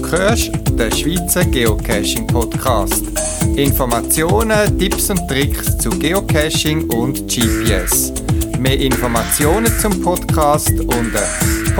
hörst den Schweizer Geocaching-Podcast. Informationen, Tipps und Tricks zu Geocaching und GPS. Mehr Informationen zum Podcast unter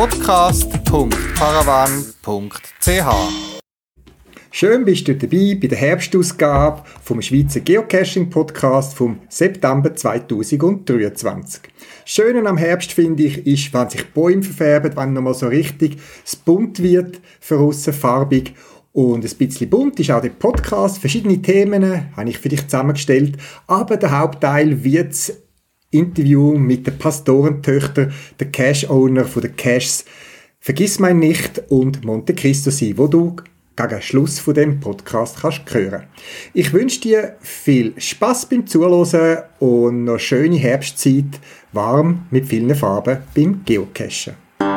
podcast.paravan.ch. Schön bist du dabei bei der Herbstausgabe vom Schweizer Geocaching-Podcast vom September 2023. Schön am Herbst, finde ich, ist, wenn sich die Bäume verfärben, wenn nochmal so richtig es bunt wird, für aussen farbig. Und ein bisschen bunt ist auch der Podcast. Verschiedene Themen habe ich für dich zusammengestellt. Aber der Hauptteil wird das Interview mit der Pastorentöchter, der Cache-Owner von den Caches Vergissmein nicht und Monte Cristo sein, wo du gegen Schluss von dem Podcast kannst hören. Ich wünsche dir viel Spaß beim Zuhören und noch schöne Herbstzeit, warm mit vielen Farben beim Geocachen.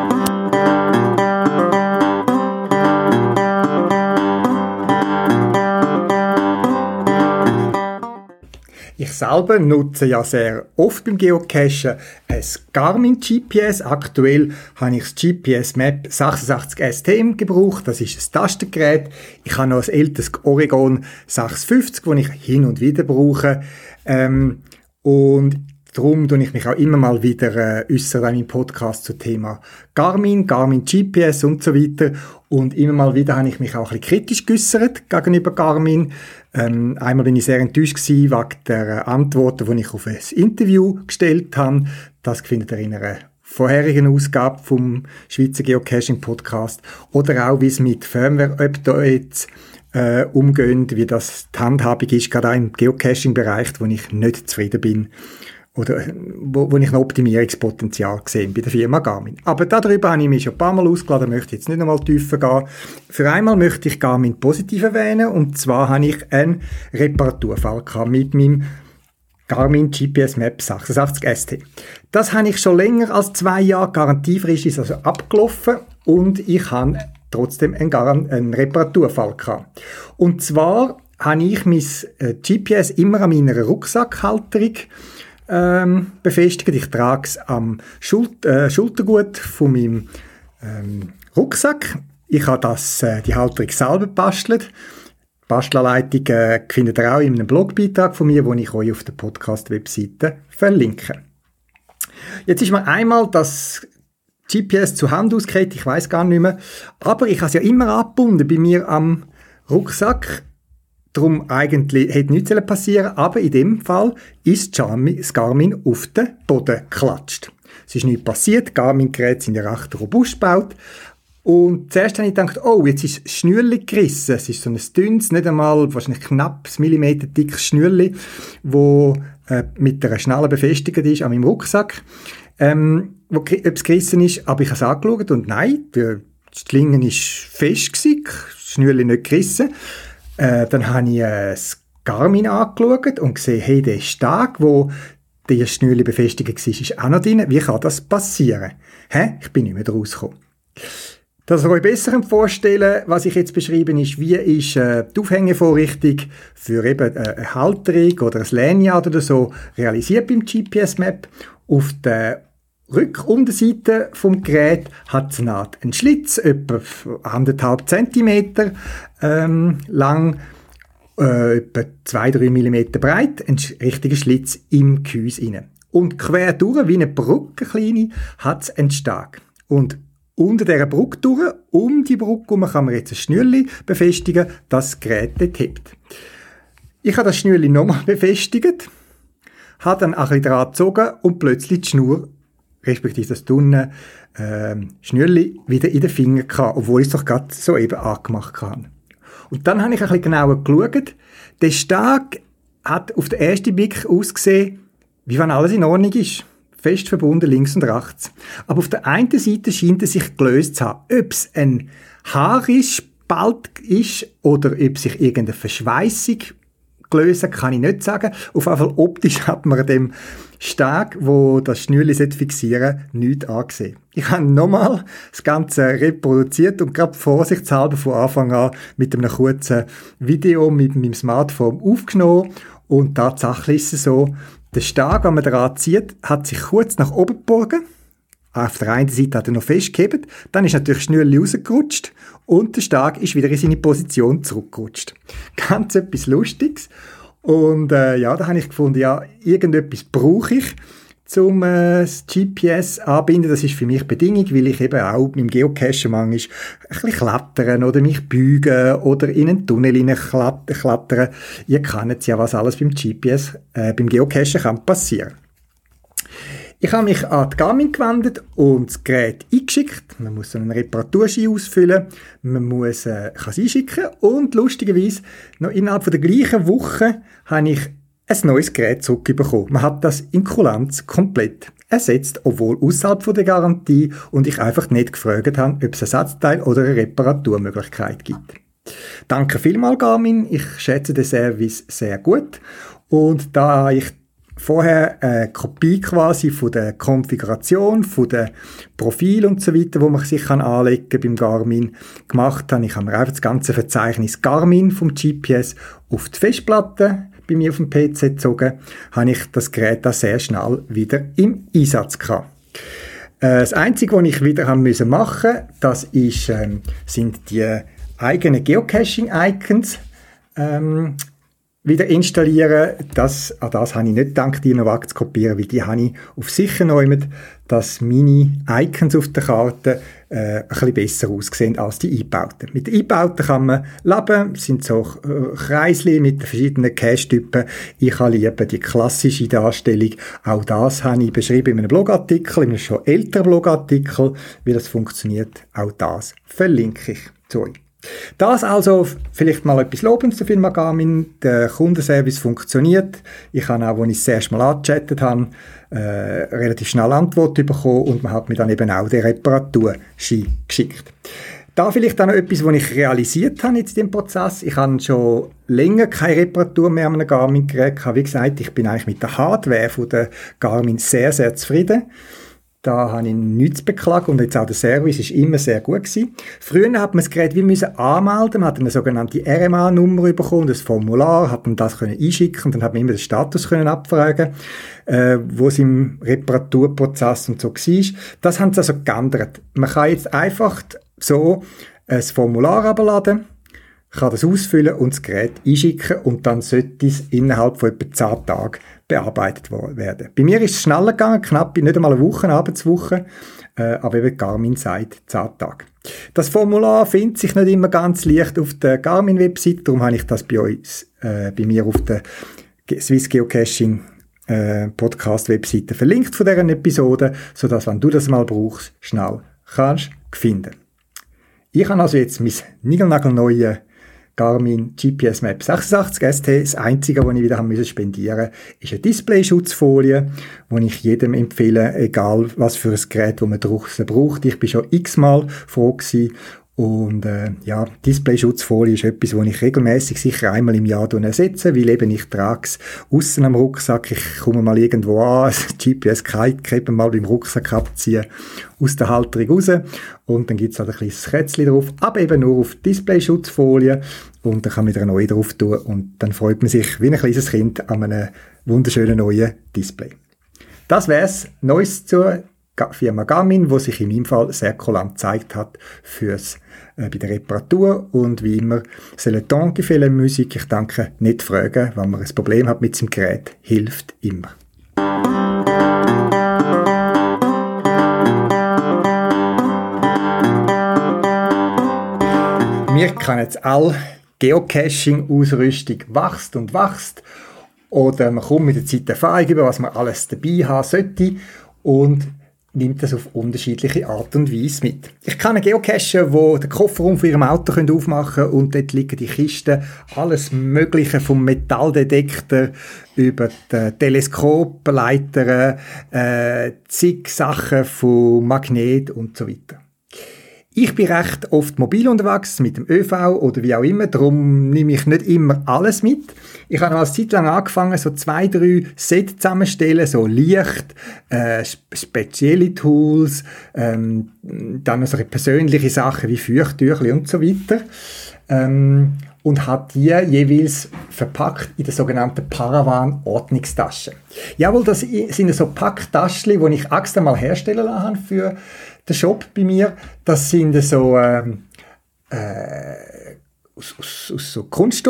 Ich selber nutze ja sehr oft beim Geocachen ein Garmin GPS. Aktuell habe ich das GPS Map 86 ST im Gebrauch. Das ist ein Tastengerät. Ich habe noch ein älteres Oregon 650, das ich hin und wieder brauche. Und darum tue ich mich auch immer mal wieder äußern in meinem Podcast zum Thema Garmin GPS und so weiter. Und immer mal wieder habe ich mich auch ein bisschen kritisch geäußert gegenüber Garmin. Einmal bin ich sehr enttäuscht gewesen wegen der Antworten, die ich auf ein Interview gestellt habe. Das findet ihr in einer vorherigen Ausgabe vom Schweizer Geocaching Podcast. Oder auch, wie es mit Firmware-Updates umgeht, wie das die Handhabung ist, gerade auch im Geocaching-Bereich, wo ich nicht zufrieden bin. Oder wo ich ein Optimierungspotenzial sehe bei der Firma Garmin. Aber darüber habe ich mich schon ein paar Mal ausgeladen, möchte jetzt nicht nochmal tiefer gehen. Für einmal möchte ich Garmin positiv erwähnen, und zwar habe ich einen Reparaturfall gehabt mit meinem Garmin GPS Map 86 ST. Das habe ich schon länger als 2 Jahre, Garantiefrist ist also abgelaufen, und ich habe trotzdem einen Reparaturfall gehabt. Und zwar habe ich mein GPS immer an meiner Rucksackhalterung befestigt. Ich trage es am Schultergurt von meinem Rucksack. Ich habe die Halterung selber gebastelt. Die Bastelanleitung findet ihr auch in einem Blogbeitrag von mir, den ich euch auf der Podcast-Webseite verlinke. Jetzt ist mir einmal das GPS zur Hand ausgekehrt, ich weiss gar nicht mehr, aber ich habe es ja immer abgebunden bei mir am Rucksack. Darum eigentlich hätte nichts passieren, aber in dem Fall ist das Garmin auf den Boden geklatscht. Es ist nichts passiert, die Garmin-Geräte sind ja recht robust gebaut. Und zuerst habe ich gedacht, oh, jetzt ist das Schnürli gerissen. Es ist so ein dünnes, nicht einmal wahrscheinlich knapp Millimeter dickes Schnürli, das mit einer Schnalle befestigt ist an meinem Rucksack, ob es gerissen ist. Aber ich habe es angeschaut und nein, die Schlinge war fest gewesen, das Schnürli nicht gerissen. Dann habe ich das Garmin angeschaut und gesehen, hey, der Stag, wo der Schnürli befestigt war, ist auch noch drin. Wie kann das passieren? Ich bin nicht mehr draus gekommen. Dass ihr euch besser vorstellen könnt, was ich jetzt beschreibe, ist, wie ist die Aufhängevorrichtung für eben eine Halterung oder ein Lanyard oder so realisiert beim GPS Map. Auf der Rückunterseite vom Gerät hat es einen Schlitz, etwa 1,5 cm lang, etwa 2-3 mm breit, ein richtiger Schlitz im Gehäuse rein. Und quer durch, wie eine Brücke, kleine, hat es einen Stag. Und unter dieser Brücke durch, um die Brücke kann man jetzt ein Schnürli befestigen, das Gerät dort hebt. Ich habe das Schnürli nochmal befestigt, habe dann ein bisschen dran gezogen und plötzlich die Schnur, respektive das dünne Schnürli, wieder in den Finger gehabt, obwohl ich es doch gerade soeben angemacht habe. Und dann habe ich ein bisschen genauer geschaut. Der Stag hat auf den ersten Blick ausgesehen, wie wenn alles in Ordnung ist. Fest verbunden, links und rechts. Aber auf der einen Seite scheint es sich gelöst zu haben. Ob es ein Haarspalt ist oder ob sich irgendeine Verschweissung gelöst hat, kann ich nicht sagen. Auf jeden Fall optisch hat man dem Steg, wo das Schnürli fixieren sollte, nichts angesehen. Ich habe nochmal das Ganze reproduziert und gerade vorsichtshalber von Anfang an mit einem kurzen Video mit meinem Smartphone aufgenommen. Und tatsächlich ist es so, der Steg, wenn man daran zieht, hat sich kurz nach oben gebogen. Auf der einen Seite hat er noch festgehebt, dann ist natürlich das Schnürli rausgerutscht und der Stab ist wieder in seine Position zurückgerutscht. Ganz etwas Lustiges. Und da habe ich gefunden, ja, irgendetwas brauche ich, um das GPS anbinden. Das ist für mich Bedingung, weil ich eben auch beim Geocachen manchmal ein bisschen klettern oder mich beugen oder in einen Tunnel klettern. Ihr kennt ja, was alles beim GPS, beim Geocachen kann passieren. Ich habe mich an die Garmin gewendet und das Gerät eingeschickt. Man muss so einen Reparaturschein ausfüllen. Man muss kann es einschicken. Und lustigerweise, noch innerhalb der gleichen Woche habe ich ein neues Gerät zurückbekommen. Man hat das in Kulanz komplett ersetzt, obwohl außerhalb der Garantie und ich einfach nicht gefragt habe, ob es ein Ersatzteil oder eine Reparaturmöglichkeit gibt. Danke vielmals, Garmin. Ich schätze den Service sehr gut. Und da ich vorher eine Kopie quasi von der Konfiguration, von den Profil und so weiter, wo man sich anlegen kann beim Garmin gemacht habe. Ich habe mir einfach das ganze Verzeichnis Garmin vom GPS auf die Festplatte bei mir auf dem PC gezogen, habe ich das Gerät da sehr schnell wieder im Einsatz gehabt. Das Einzige, was ich wieder machen musste, das ist, sind die eigenen Geocaching-Icons wieder installieren. An das habe ich nicht gedacht, die noch zu kopieren, weil die habe ich auf sicher genommen, dass meine Icons auf der Karte ein bisschen besser aussehen als die eingebauten. Mit den eingebauten kann man leben, sind so Kreisli mit verschiedenen Cache-Typen. Ich habe lieber die klassische Darstellung. Auch das habe ich beschrieben in einem Blogartikel, in einem schon älteren Blogartikel, wie das funktioniert. Auch das verlinke ich zu euch. Das also vielleicht mal etwas Lobendes zur Firma Garmin. Der Kundenservice funktioniert. Ich habe auch, als ich das erste Mal angechattet habe, relativ schnell Antwort bekommen und man hat mir dann eben auch den Reparaturschein geschickt. Da vielleicht auch noch etwas, was ich realisiert habe jetzt im Prozess. Ich habe schon länger keine Reparatur mehr an einem Garmin-Gerät gehabt. Wie gesagt, ich bin eigentlich mit der Hardware von der Garmin sehr, sehr zufrieden. Da habe ich nichts zu beklagen und jetzt auch der Service ist immer sehr gut gewesen. Früher hat man das Gerät anmelden, man hat eine sogenannte RMA-Nummer bekommen, das Formular, hat man das einschicken und dann hat man immer den Status abfragen, wo es im Reparaturprozess und so war. Das haben sie also geändert. Man kann jetzt einfach so ein Formular abladen, kann das ausfüllen und das Gerät einschicken und dann sollte es innerhalb von etwa 10 Tagen bearbeitet werden. Bei mir ist es schneller gegangen, knapp nicht einmal eine Woche, eine Arbeitswoche, aber eben Garmin sagt 10 Tage. Das Formular findet sich nicht immer ganz leicht auf der Garmin-Website, darum habe ich das bei mir auf der Swiss Geocaching Podcast-Webseite verlinkt von dieser Episode, sodass, wenn du das mal brauchst, schnell kannst finden. Ich habe also jetzt mein niegelnagelneue Garmin GPS Map 86 ST. Das Einzige, was ich wieder spendieren musste, ist eine Displayschutzfolie, die ich jedem empfehle, egal was für ein Gerät, das man draussen braucht. Ich bin schon x-mal froh gewesen. Und Displayschutzfolie ist etwas, das ich regelmäßig sicher einmal im Jahr ersetze, weil eben ich trage es aussen am Rucksack. Ich komme mal irgendwo an, das GPS-Kippen mal beim Rucksack abziehen, aus der Halterung raus. Und dann gibt es halt ein kleines Kätzchen drauf, aber eben nur auf Displayschutzfolie. Und dann kann man wieder eine neue drauf tun. Und dann freut man sich wie ein kleines Kind an einem wunderschönen neuen Display. Das wär's Neues zur Firma Garmin, wo sich in meinem Fall sehr kulant gezeigt hat bei der Reparatur und wie immer c'est le temps qui fait la musique. Ich denke, nicht fragen, wenn man ein Problem hat mit seinem Gerät, hilft immer. Wir kennen jetzt alle, Geocaching-Ausrüstung wächst und wächst oder man kommt mit der Zeit Erfahrung über, was man alles dabei haben sollte und nimmt das auf unterschiedliche Art und Weise mit. Ich kenne Geocacher, die den Kofferraum von ihrem Auto aufmachen können und dort liegen die Kisten, alles Mögliche vom Metalldetektor über die Teleskopleiter, zig Sachen von Magnet und so weiter. Ich bin recht oft mobil unterwegs, mit dem ÖV oder wie auch immer, darum nehme ich nicht immer alles mit. Ich habe eine Zeit lang angefangen, so 2, 3 Sets zusammenzustellen, so Licht, spezielle Tools, dann noch so persönliche Sachen wie Feuchttücher und so weiter. Und hat die jeweils verpackt in der sogenannten Paravan-Ordnungstasche. Jawohl, das sind so Packtaschen, die ich extra mal herstellen lassen habe für den Shop bei mir. Das sind so aus so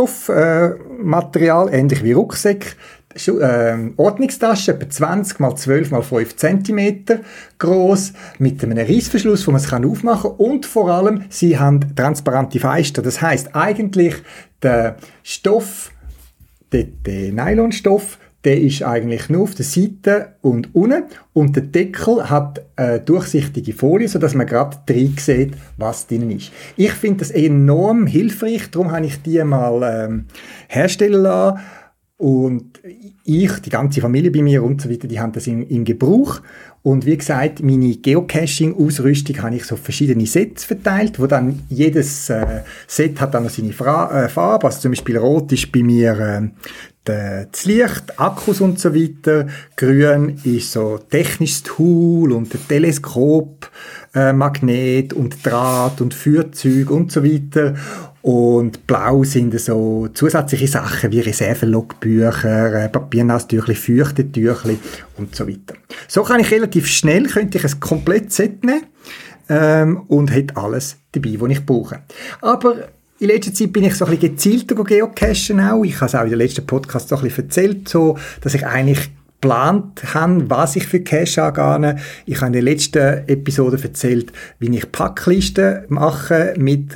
Kunststoffmaterial, ähnlich wie Rucksäcke. Ordnungstasche, etwa 20 x 12 x 5 cm gross, mit einem Reissverschluss, wo man es aufmachen kann. Und vor allem, sie haben transparente Fenster. Das heisst, eigentlich der Stoff, der Nylonstoff, der ist eigentlich nur auf der Seite und unten. Und der Deckel hat eine durchsichtige Folie, sodass man gerade drin sieht, was drin ist. Ich finde das enorm hilfreich, darum habe ich die mal herstellen lassen. Und ich, die ganze Familie bei mir und so weiter, die haben das in Gebrauch. Und wie gesagt, meine Geocaching-Ausrüstung habe ich so auf verschiedene Sets verteilt, wo dann jedes Set hat dann noch seine Farbe. Also zum Beispiel rot ist bei mir das Licht, Akkus und so weiter. Grün ist so technisches Tool und der Teleskop, Magnet und Draht und Führzeug und so weiter. Und blau sind so zusätzliche Sachen wie Reservelogbücher, Papiernasstüchli, Feuchtetüchli und so weiter. So kann ich relativ schnell, könnte ich ein komplettes Set nehmen und hätte alles dabei, was ich brauche. Aber in letzter Zeit bin ich so ein bisschen gezielter geocachen auch. Ich habe es auch in der letzten Podcast so ein bisschen erzählt, so, dass ich eigentlich geplant habe, was ich für Cache angehe. Ich habe in der letzten Episode erzählt, wie ich Packlisten mache mit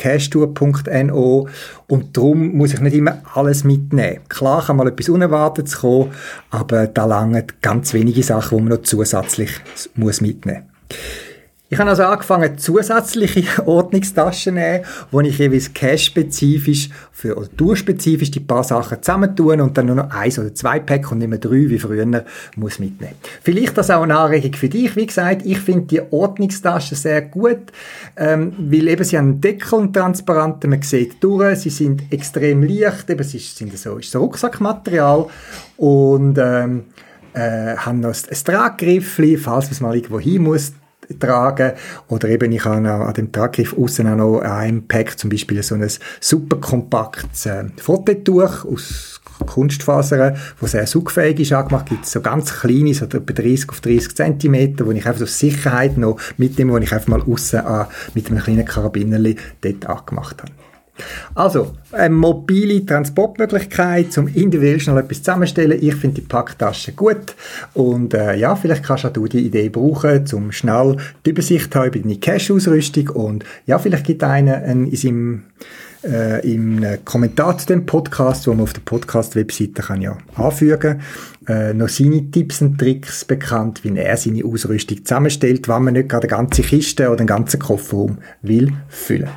cachetour.no und darum muss ich nicht immer alles mitnehmen. Klar kann mal etwas Unerwartetes kommen, aber da langen ganz wenige Sachen, die man noch zusätzlich muss mitnehmen muss. Ich habe also angefangen, zusätzliche Ordnungstaschen zu nehmen, wo ich jeweils cache-spezifisch oder tourspezifisch die paar Sachen zusammentun und dann nur noch 1 oder 2 Päckchen und nicht mehr 3 wie früher muss mitnehmen. Vielleicht das auch eine Anregung für dich. Wie gesagt, ich finde die Ordnungstaschen sehr gut, weil eben sie haben einen Deckel, einen transparenten, man sieht durch, sie sind extrem leicht, eben ist so Rucksackmaterial und haben noch ein Traggriffli, falls man es mal irgendwo hin muss tragen. Oder eben, ich habe an dem Traggriff aussen auch noch ein Pack, zum Beispiel so ein super kompaktes Fototuch aus Kunstfasern, das sehr saugfähig ist angemacht. Gibt es so ganz kleine, so etwa 30 auf 30 cm, wo ich einfach so Sicherheit noch mitnehme, wo ich einfach mal aussen mit einem kleinen Karabinerli dort angemacht habe. Also, eine mobile Transportmöglichkeit, zum individuell schnell etwas zusammenstellen. Ich finde die Packtasche gut. Und ja, vielleicht kannst auch du die Idee brauchen, um schnell die Übersicht zu haben über deine Cache-Ausrüstung. Und ja, vielleicht gibt einer in seinem im Kommentar zu dem Podcast, wo man auf der Podcast-Webseite kann ja anfügen, noch seine Tipps und Tricks bekannt, wie er seine Ausrüstung zusammenstellt, wenn man nicht gerade eine ganze Kiste oder einen ganzen Kofferraum will füllen.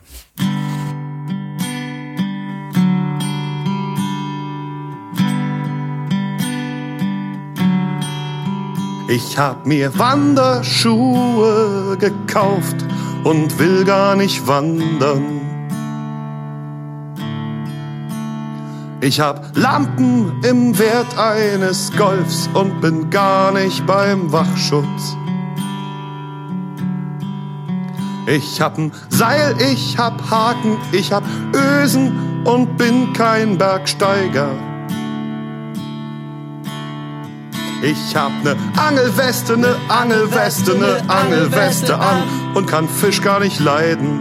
Ich hab mir Wanderschuhe gekauft und will gar nicht wandern. Ich hab Lampen im Wert eines Golfs und bin gar nicht beim Wachschutz. Ich hab ein Seil, ich hab Haken, ich hab Ösen und bin kein Bergsteiger. Ich hab ne Angelweste, ne Angelweste, ne Angelweste an und kann Fisch gar nicht leiden.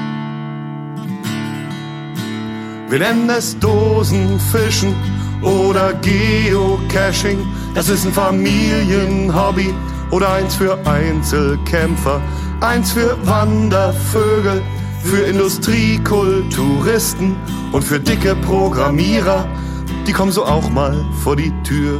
Wir nennen es Dosenfischen oder Geocaching. Das ist ein Familienhobby oder eins für Einzelkämpfer, eins für Wandervögel, für Industriekulturisten und für dicke Programmierer. Die kommen so auch mal vor die Tür.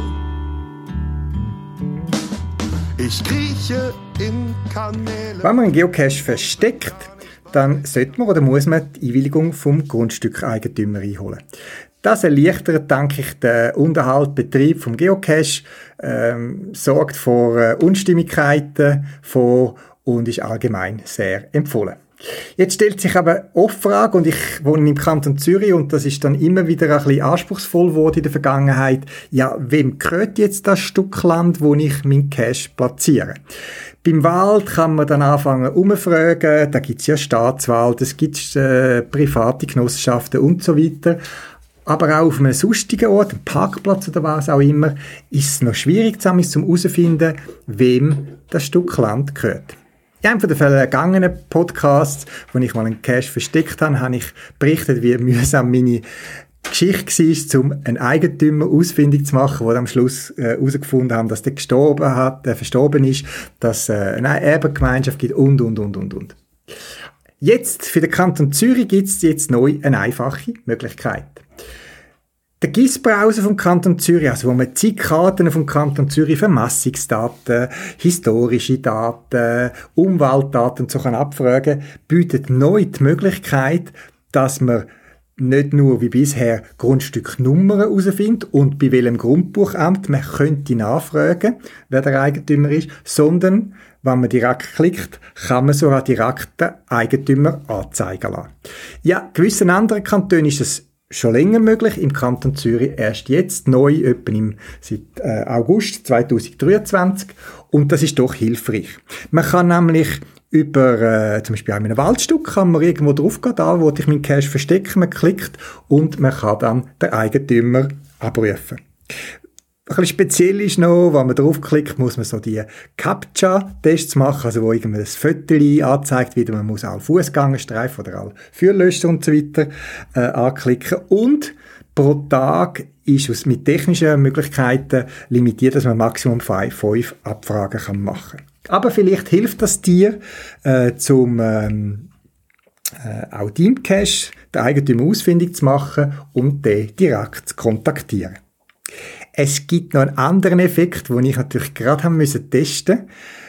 Ich krieche in Kanäle. Wenn man einen Geocache versteckt, dann sollte man oder muss man die Einwilligung vom Grundstückeigentümer einholen. Das erleichtert, denke ich, den Unterhalt, Betrieb vom Geocache, sorgt vor Unstimmigkeiten vor und ist allgemein sehr empfohlen. Jetzt stellt sich aber oft die Frage, und ich wohne im Kanton Zürich und das ist dann immer wieder ein bisschen anspruchsvoll geworden in der Vergangenheit, ja, wem gehört jetzt das Stück Land, wo ich meinen Cache platziere? Beim Wald kann man dann anfangen umfragen, da gibt es ja Staatswald, es gibt private Genossenschaften und so weiter. Aber auch auf einem sonstigen Ort, einem Parkplatz oder was auch immer, ist es noch schwierig zum herauszufinden, wem das Stück Land gehört. In einem der vergangenen Podcasts, wo ich mal einen Cache versteckt habe, habe ich berichtet, wie mühsam meine Geschichte war, um einen Eigentümer ausfindig zu machen, der am Schluss herausgefunden haben, dass der verstorben ist, dass eine Erbengemeinschaft gibt und. Jetzt, für den Kanton Zürich, gibt es jetzt neu eine einfache Möglichkeit. Der GIS-Browser vom Kanton Zürich, also wo man zig Karten vom Kanton Zürich, Vermessungsdaten, historische Daten, Umweltdaten und so kann abfragen, bietet neu die Möglichkeit, dass man nicht nur wie bisher Grundstücknummern herausfindet und bei welchem Grundbuchamt man könnte nachfragen, wer der Eigentümer ist, sondern, wenn man direkt klickt, kann man sogar direkt den Eigentümer anzeigen lassen. Ja, gewissen anderen Kantonen ist es schon länger möglich, im Kanton Zürich erst jetzt, neu, etwa seit August 2023, und das ist doch hilfreich. Man kann nämlich über, zum Beispiel in einem Waldstück, kann man irgendwo draufgehen, da wo ich meinen Cache verstecke, man klickt und man kann dann den Eigentümer abrufen. Ein bisschen speziell ist noch, wenn man draufklickt, muss man so die CAPTCHA-Tests machen, also wo irgendwie ein Foto anzeigt wird, man muss alle Fußgängerstreifen oder alle Führlöscher und so weiter anklicken. Und pro Tag ist es mit technischen Möglichkeiten limitiert, dass man Maximum 5 Abfragen machen kann. Aber vielleicht hilft das dir, zum auch deinem Cache den Eigentümer ausfindig zu machen und den direkt zu kontaktieren. Es gibt noch einen anderen Effekt, den ich natürlich gerade haben müssen testen,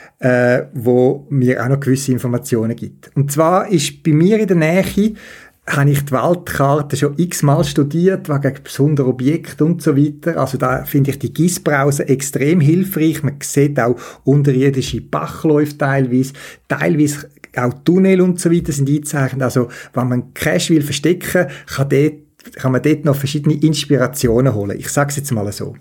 wo mir auch noch gewisse Informationen gibt. Und zwar ist bei mir in der Nähe, habe ich die Waldkarte schon x-mal studiert, wegen besonderen Objekten und so weiter. Also da finde ich die GIS-Browser extrem hilfreich. Man sieht auch unterirdische Bachläufe teilweise auch Tunnel und so weiter sind eingezeichnet. Also wenn man Cache will verstecken, kann man dort noch verschiedene Inspirationen holen. Ich sage es jetzt mal so.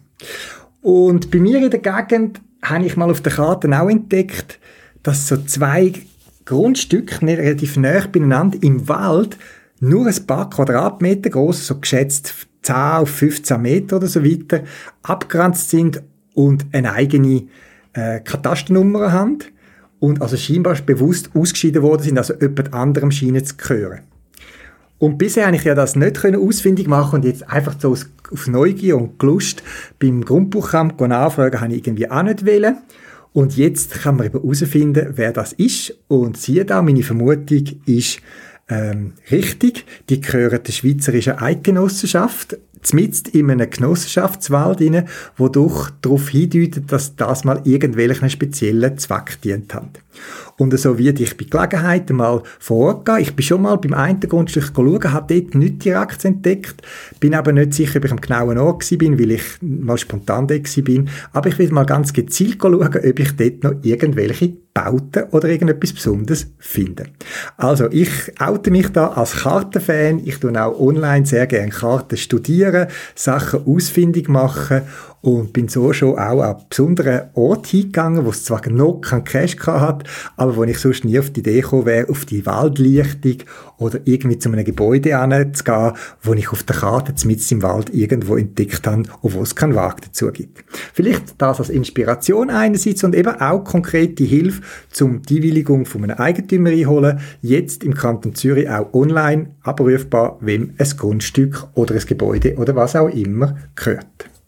Und bei mir in der Gegend habe ich mal auf der Karte auch entdeckt, dass so 2 Grundstücke relativ nahe beieinander im Wald nur ein paar Quadratmeter groß, so geschätzt 10 auf 15 Meter oder so weiter, abgegrenzt sind und eine eigene Katasternummer haben und also scheinbar bewusst ausgeschieden worden sind, also jemand anderem scheinen zu gehören. Und bisher habe ich ja das nicht ausfindig machen und jetzt einfach so auf Neugier und Lust beim Grundbuchamt nachfragen, habe ich irgendwie auch nicht wollen. Und jetzt kann man eben herausfinden, wer das ist. Und siehe da, meine Vermutung ist richtig. Die gehören der Schweizerischen Eidgenossenschaft, mitten in einem Genossenschaftswald rein, wo doch darauf hindeutet, dass das mal irgendwelchen speziellen Zweck dient hat. Und so werde ich bei Gelegenheit mal vor Ort gehen. Ich bin schon mal beim einen Grundstück schauen, habe dort nichts direkt entdeckt, bin aber nicht sicher, ob ich am genauen Ort bin, weil ich mal spontan dort bin. Aber ich will mal ganz gezielt schauen, ob ich dort noch irgendwelche Bauten oder irgendetwas Besonderes finde. Also ich oute mich da als Kartenfan. Ich tue auch online sehr gerne Karten studieren, Sachen ausfindig machen und bin so schon auch an besonderen Ort hingegangen, wo es zwar noch keinen Cache hat, aber wo ich sonst nie auf die Idee gekommen wäre, auf die Waldlichtung oder irgendwie zu einem Gebäude hinzugehen, wo ich auf der Karte mitten im Wald irgendwo entdeckt habe und wo es keinen Weg dazu gibt. Vielleicht das als Inspiration einerseits und eben auch konkrete Hilfe zum die Einwilligung von einem Eigentümer einholen, jetzt im Kanton Zürich auch online abrufbar, wem ein Grundstück oder ein Gebäude oder was auch immer gehört.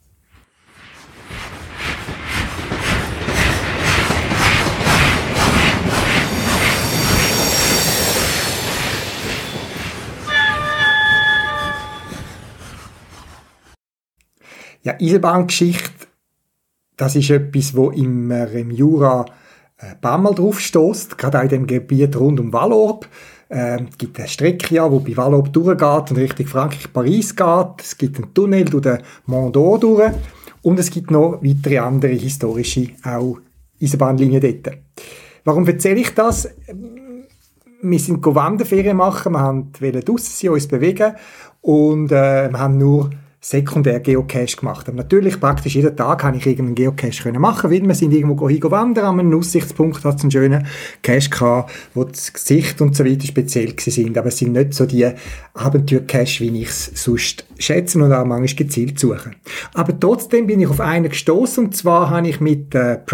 Ja, Eisenbahngeschichte, das ist etwas, wo im Jura ein paar Mal drauf stösst, gerade auch in dem Gebiet rund um Vallorbe. Es gibt eine Strecke, ja, die bei Vallorbe durchgeht und Richtung Frankreich-Paris geht. Es gibt einen Tunnel durch den Mont d'Or durch und es gibt noch weitere andere historische auch Eisenbahnlinien dort. Warum erzähle ich das? Wir sind Wanderferien machen, wir wollten draussen uns bewegen und wir haben nur sekundär Geocache gemacht. Aber natürlich, praktisch jeden Tag habe ich irgendeinen Geocache machen können, weil wir sind irgendwo wandern, an einem Aussichtspunkt hat es einen schönen Cache gehabt, wo das Gesicht und so weiter speziell sind. Aber es sind nicht so die Abenteuer-Cache, wie ich es sonst schätze und auch manchmal gezielt suche. Aber trotzdem bin ich auf einen gestoßen, und zwar habe ich mit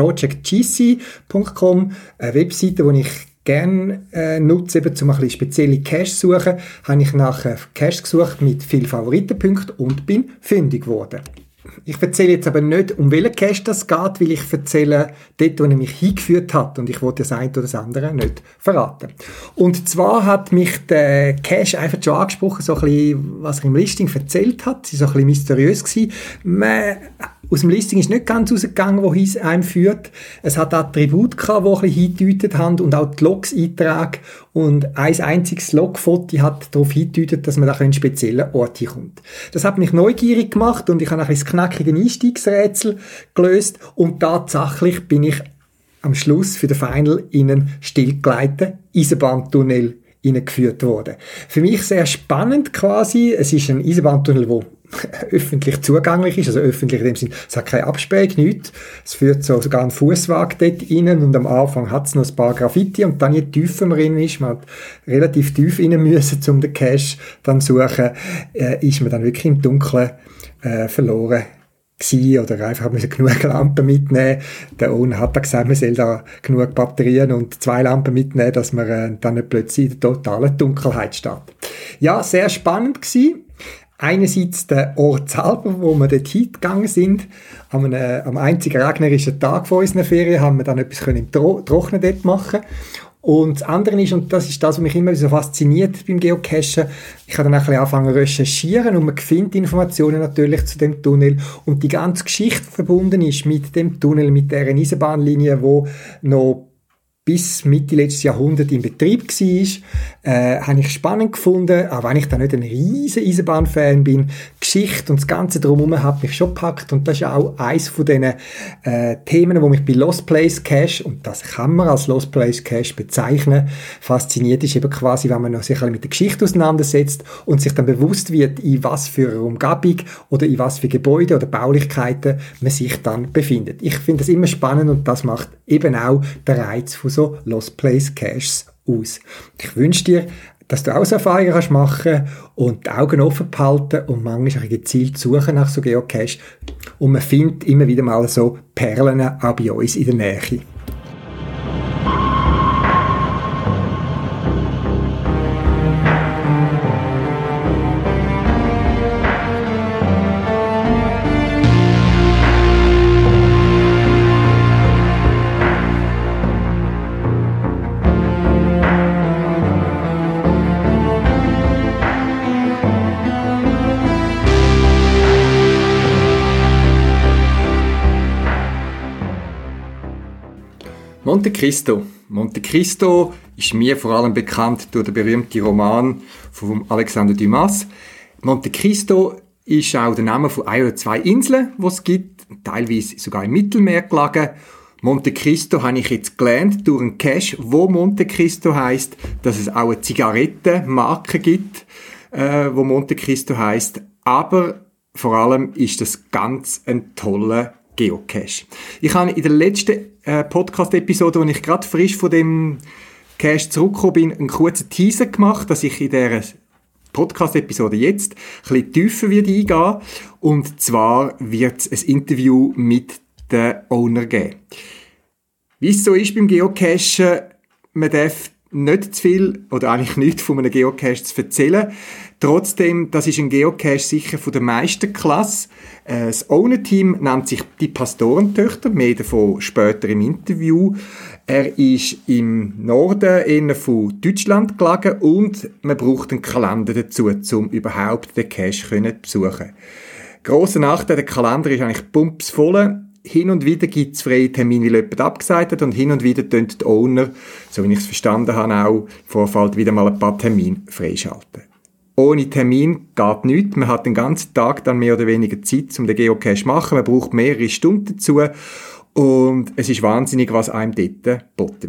projectgc.com eine Webseite, wo ich gerne nutze, eben, um ein bisschen spezielle Caches zu suchen, habe ich nach Caches gesucht mit vielen Favoritenpunkten und bin fündig geworden. Ich erzähle jetzt aber nicht, um welchen Cache das geht, weil ich erzähle dort, wo er mich hingeführt hat, und ich wollte das eine oder das andere nicht verraten. Und zwar hat mich der Cache einfach schon angesprochen, so ein bisschen, was er im Listing erzählt hat. Sie war so ein bisschen mysteriös gewesen. Aus dem Listing ist nicht ganz rausgegangen, wo es einem führt. Es hat Attribute gehabt, die ein bisschen hingedeutet haben, und auch die Logs-Einträge. Und ein einziges Logfoto hat darauf hingedeutet, dass man da an einen speziellen Ort hinkommt. Das hat mich neugierig gemacht, und ich habe ein bisschen das knackige Einstiegsrätsel gelöst, und tatsächlich bin ich am Schluss für den Final in einen stillgelegten Eisenbahntunnel hineingeführt worden. Für mich sehr spannend quasi. Es ist ein Eisenbahntunnel, der öffentlich zugänglich ist, also öffentlich in dem Sinne, es hat keine Absperrung, nichts. Es führt sogar einen Fußweg dort rein, und am Anfang hat es noch ein paar Graffiti, und dann, je tiefer man rein ist, man hat relativ tief rein müssen, um den Cache dann zu suchen, ist man dann wirklich im Dunkeln verloren gewesen, oder einfach müssen genug Lampen mitnehmen. Der Owner hat da gesagt, man soll da genug Batterien und 2 Lampen mitnehmen, dass man dann nicht plötzlich in der totalen Dunkelheit steht. Ja, sehr spannend gewesen. Einerseits der Ort selber, wo wir dort hingegangen sind. Am einzigen regnerischen Tag von unseren Ferien haben wir dann etwas im Trocknen dort machen. Und das andere ist, und das ist das, was mich immer so fasziniert beim Geocachen, ich habe dann auch ein bisschen angefangen zu recherchieren, und man findet Informationen natürlich zu dem Tunnel, und die ganze Geschichte verbunden ist mit dem Tunnel, mit dieser Eisenbahnlinie, wo noch bis Mitte letztes Jahrhundert in Betrieb war, habe ich spannend gefunden, auch wenn ich da nicht ein riesen Eisenbahnfan bin. Geschichte und das Ganze drumherum hat mich schon gepackt, und das ist auch eines von diesen Themen, wo mich bei Lost Place Cache, und das kann man als Lost Place Cache bezeichnen, fasziniert ist eben quasi, wenn man sich mit der Geschichte auseinandersetzt und sich dann bewusst wird, in was für einer Umgebung oder in was für Gebäude oder Baulichkeiten man sich dann befindet. Ich finde das immer spannend, und das macht eben auch den Reiz von so Lost Place Caches aus. Ich wünsche dir, dass du auch so Erfahrungen kannst machen und die Augen offen behalten und manchmal gezielt suchen nach so Geocache. Und man findet immer wieder mal so Perlen auch bei uns in der Nähe. Monte Cristo. Monte Cristo ist mir vor allem bekannt durch den berühmten Roman von Alexander Dumas. Monte Cristo ist auch der Name von 1 oder 2 Inseln, die es gibt, teilweise sogar im Mittelmeer gelegen. Monte Cristo habe ich jetzt gelernt durch einen Cache, wo Monte Cristo heisst, dass es auch eine Zigarettenmarke gibt, wo Monte Cristo heisst. Aber vor allem ist das ganz ein toller Geocache. Ich habe in der letzten Podcast-Episode, wo ich gerade frisch von dem Cache zurückgekommen bin, einen kurzen Teaser gemacht, dass ich in dieser Podcast-Episode jetzt ein bisschen tiefer eingehen. Und zwar wird es ein Interview mit den Owner geben. Wie es so ist beim Geocachen, man darf nicht zu viel oder eigentlich nichts von einem Geocache zu erzählen. Trotzdem, das ist ein Geocache sicher von der Meisterklasse. Das Owner-Team nennt sich die Pastorentöchter, mehr davon später im Interview. Er ist im Norden von Deutschland gelegen und man braucht einen Kalender dazu, um überhaupt den Cache zu besuchen. Grosser Nachteil, der Kalender ist eigentlich pumpsvoll. Hin und wieder gibt es freie Termine, weil jemand abgesagt hat, und hin und wieder tun die Owner, so wie ich es verstanden habe, auch im Vorfeld wieder mal ein paar Termine freischalten. Ohne Termin geht nichts. Man hat den ganzen Tag dann mehr oder weniger Zeit, um den Geocache zu machen. Man braucht mehrere Stunden dazu. Und es ist wahnsinnig, was einem dort geboten wird.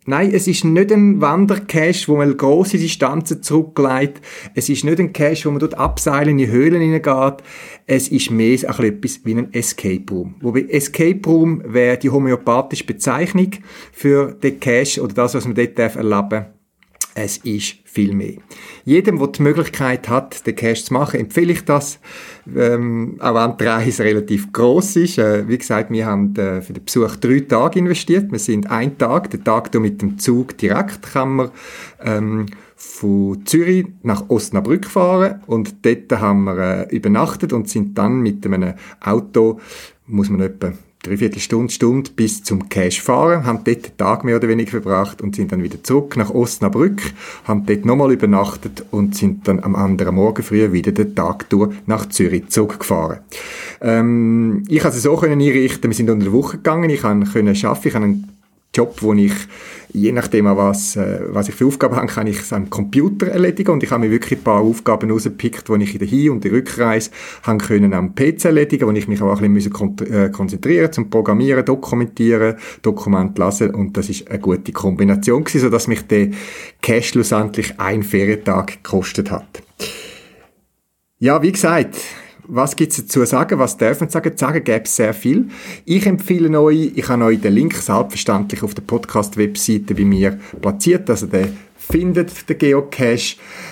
Nein, es ist nicht ein Wandercache, wo man grosse Distanzen zurücklegt. Es ist nicht ein Cache, wo man dort abseilen in die Höhlen hineingeht. Es ist mehr ein etwas wie ein Escape Room. Wobei Escape Room wäre die homöopathische Bezeichnung für den Cache oder das, was man dort erleben darf. Es ist viel mehr. Jedem, der die Möglichkeit hat, den Cache zu machen, empfehle ich das. Auch wenn die Reise relativ gross ist. Wie gesagt, wir haben für den Besuch 3 Tage investiert. Wir sind einen Tag, den Tag hier mit dem Zug direkt, kann man von Zürich nach Osnabrück fahren und dort haben wir übernachtet und sind dann mit einem Auto, muss man etwa 3/4 Stunde bis zum Cache fahren, haben dort den Tag mehr oder weniger verbracht und sind dann wieder zurück nach Osnabrück, haben dort nochmal übernachtet und sind dann am anderen Morgen früh wieder den Tag durch nach Zürich zurückgefahren. Ich konnte es so einrichten, wir sind unter der Woche gegangen, ich konnte arbeiten, ich habe einen Job, wo ich, je nachdem, was ich für Aufgaben habe, kann ich es am Computer erledigen und ich habe mir wirklich ein paar Aufgaben rausgepickt, die ich in der Hin- und der Rückreise haben können am PC erledigen, wo ich mich auch ein bisschen konzentrieren zum Programmieren, Dokumentieren, Dokumente lesen und das ist eine gute Kombination gewesen, sodass mich der Cache schlussendlich einen Ferientag gekostet hat. Ja, wie gesagt, was gibt's dazu zu sagen? Was dürfen wir sagen? Sagen gäbe es sehr viel. Ich empfehle euch, ich habe euch den Link selbstverständlich auf der Podcast-Webseite bei mir platziert, also den findet der Geocache.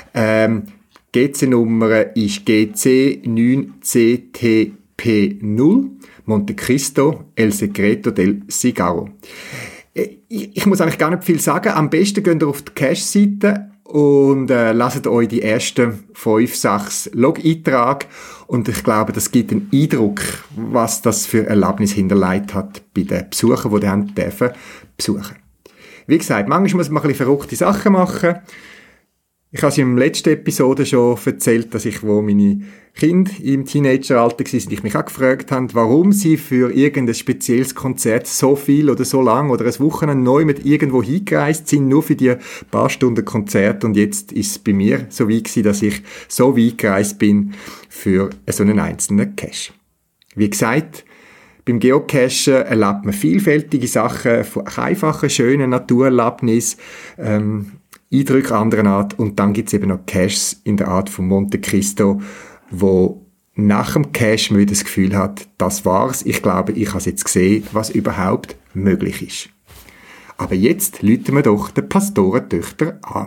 GC-Nummer ist GC9CTP0 Monte Cristo El Secreto del Cigaro. Ich muss eigentlich gar nicht viel sagen. Am besten geht ihr auf die Cache-Seite und lasst euch die ersten 5, 6 Log-Einträge und ich glaube, das gibt einen Eindruck, was das für Erlebnis hinterlegt hat bei den Besuchern, die dann dürfen besuchen. Wie gesagt, manchmal muss man ein bisschen verrückte Sachen machen. Ich habe es in der letzten Episode schon erzählt, dass ich, wo meine Kinder im Teenageralter waren, ich mich auch gefragt habe, warum sie für irgendein spezielles Konzert so viel oder so lang oder ein Wochenende neu mit irgendwo hingereist sind, nur für die paar Stunden Konzert. Und jetzt ist es bei mir so weit gewesen, dass ich so weit gereist bin für so einen einzelnen Cache. Wie gesagt, beim Geocachen erlebt man vielfältige Sachen, von einfachen, schönen Naturerlebnissen, Eindrücke anderer Art und dann gibt es eben noch Caches in der Art von Monte Cristo, wo nach dem Cache man wieder das Gefühl hat, das war's. Ich glaube, ich habe jetzt gesehen, was überhaupt möglich ist. Aber jetzt läuten wir doch den Pastorentöchter an.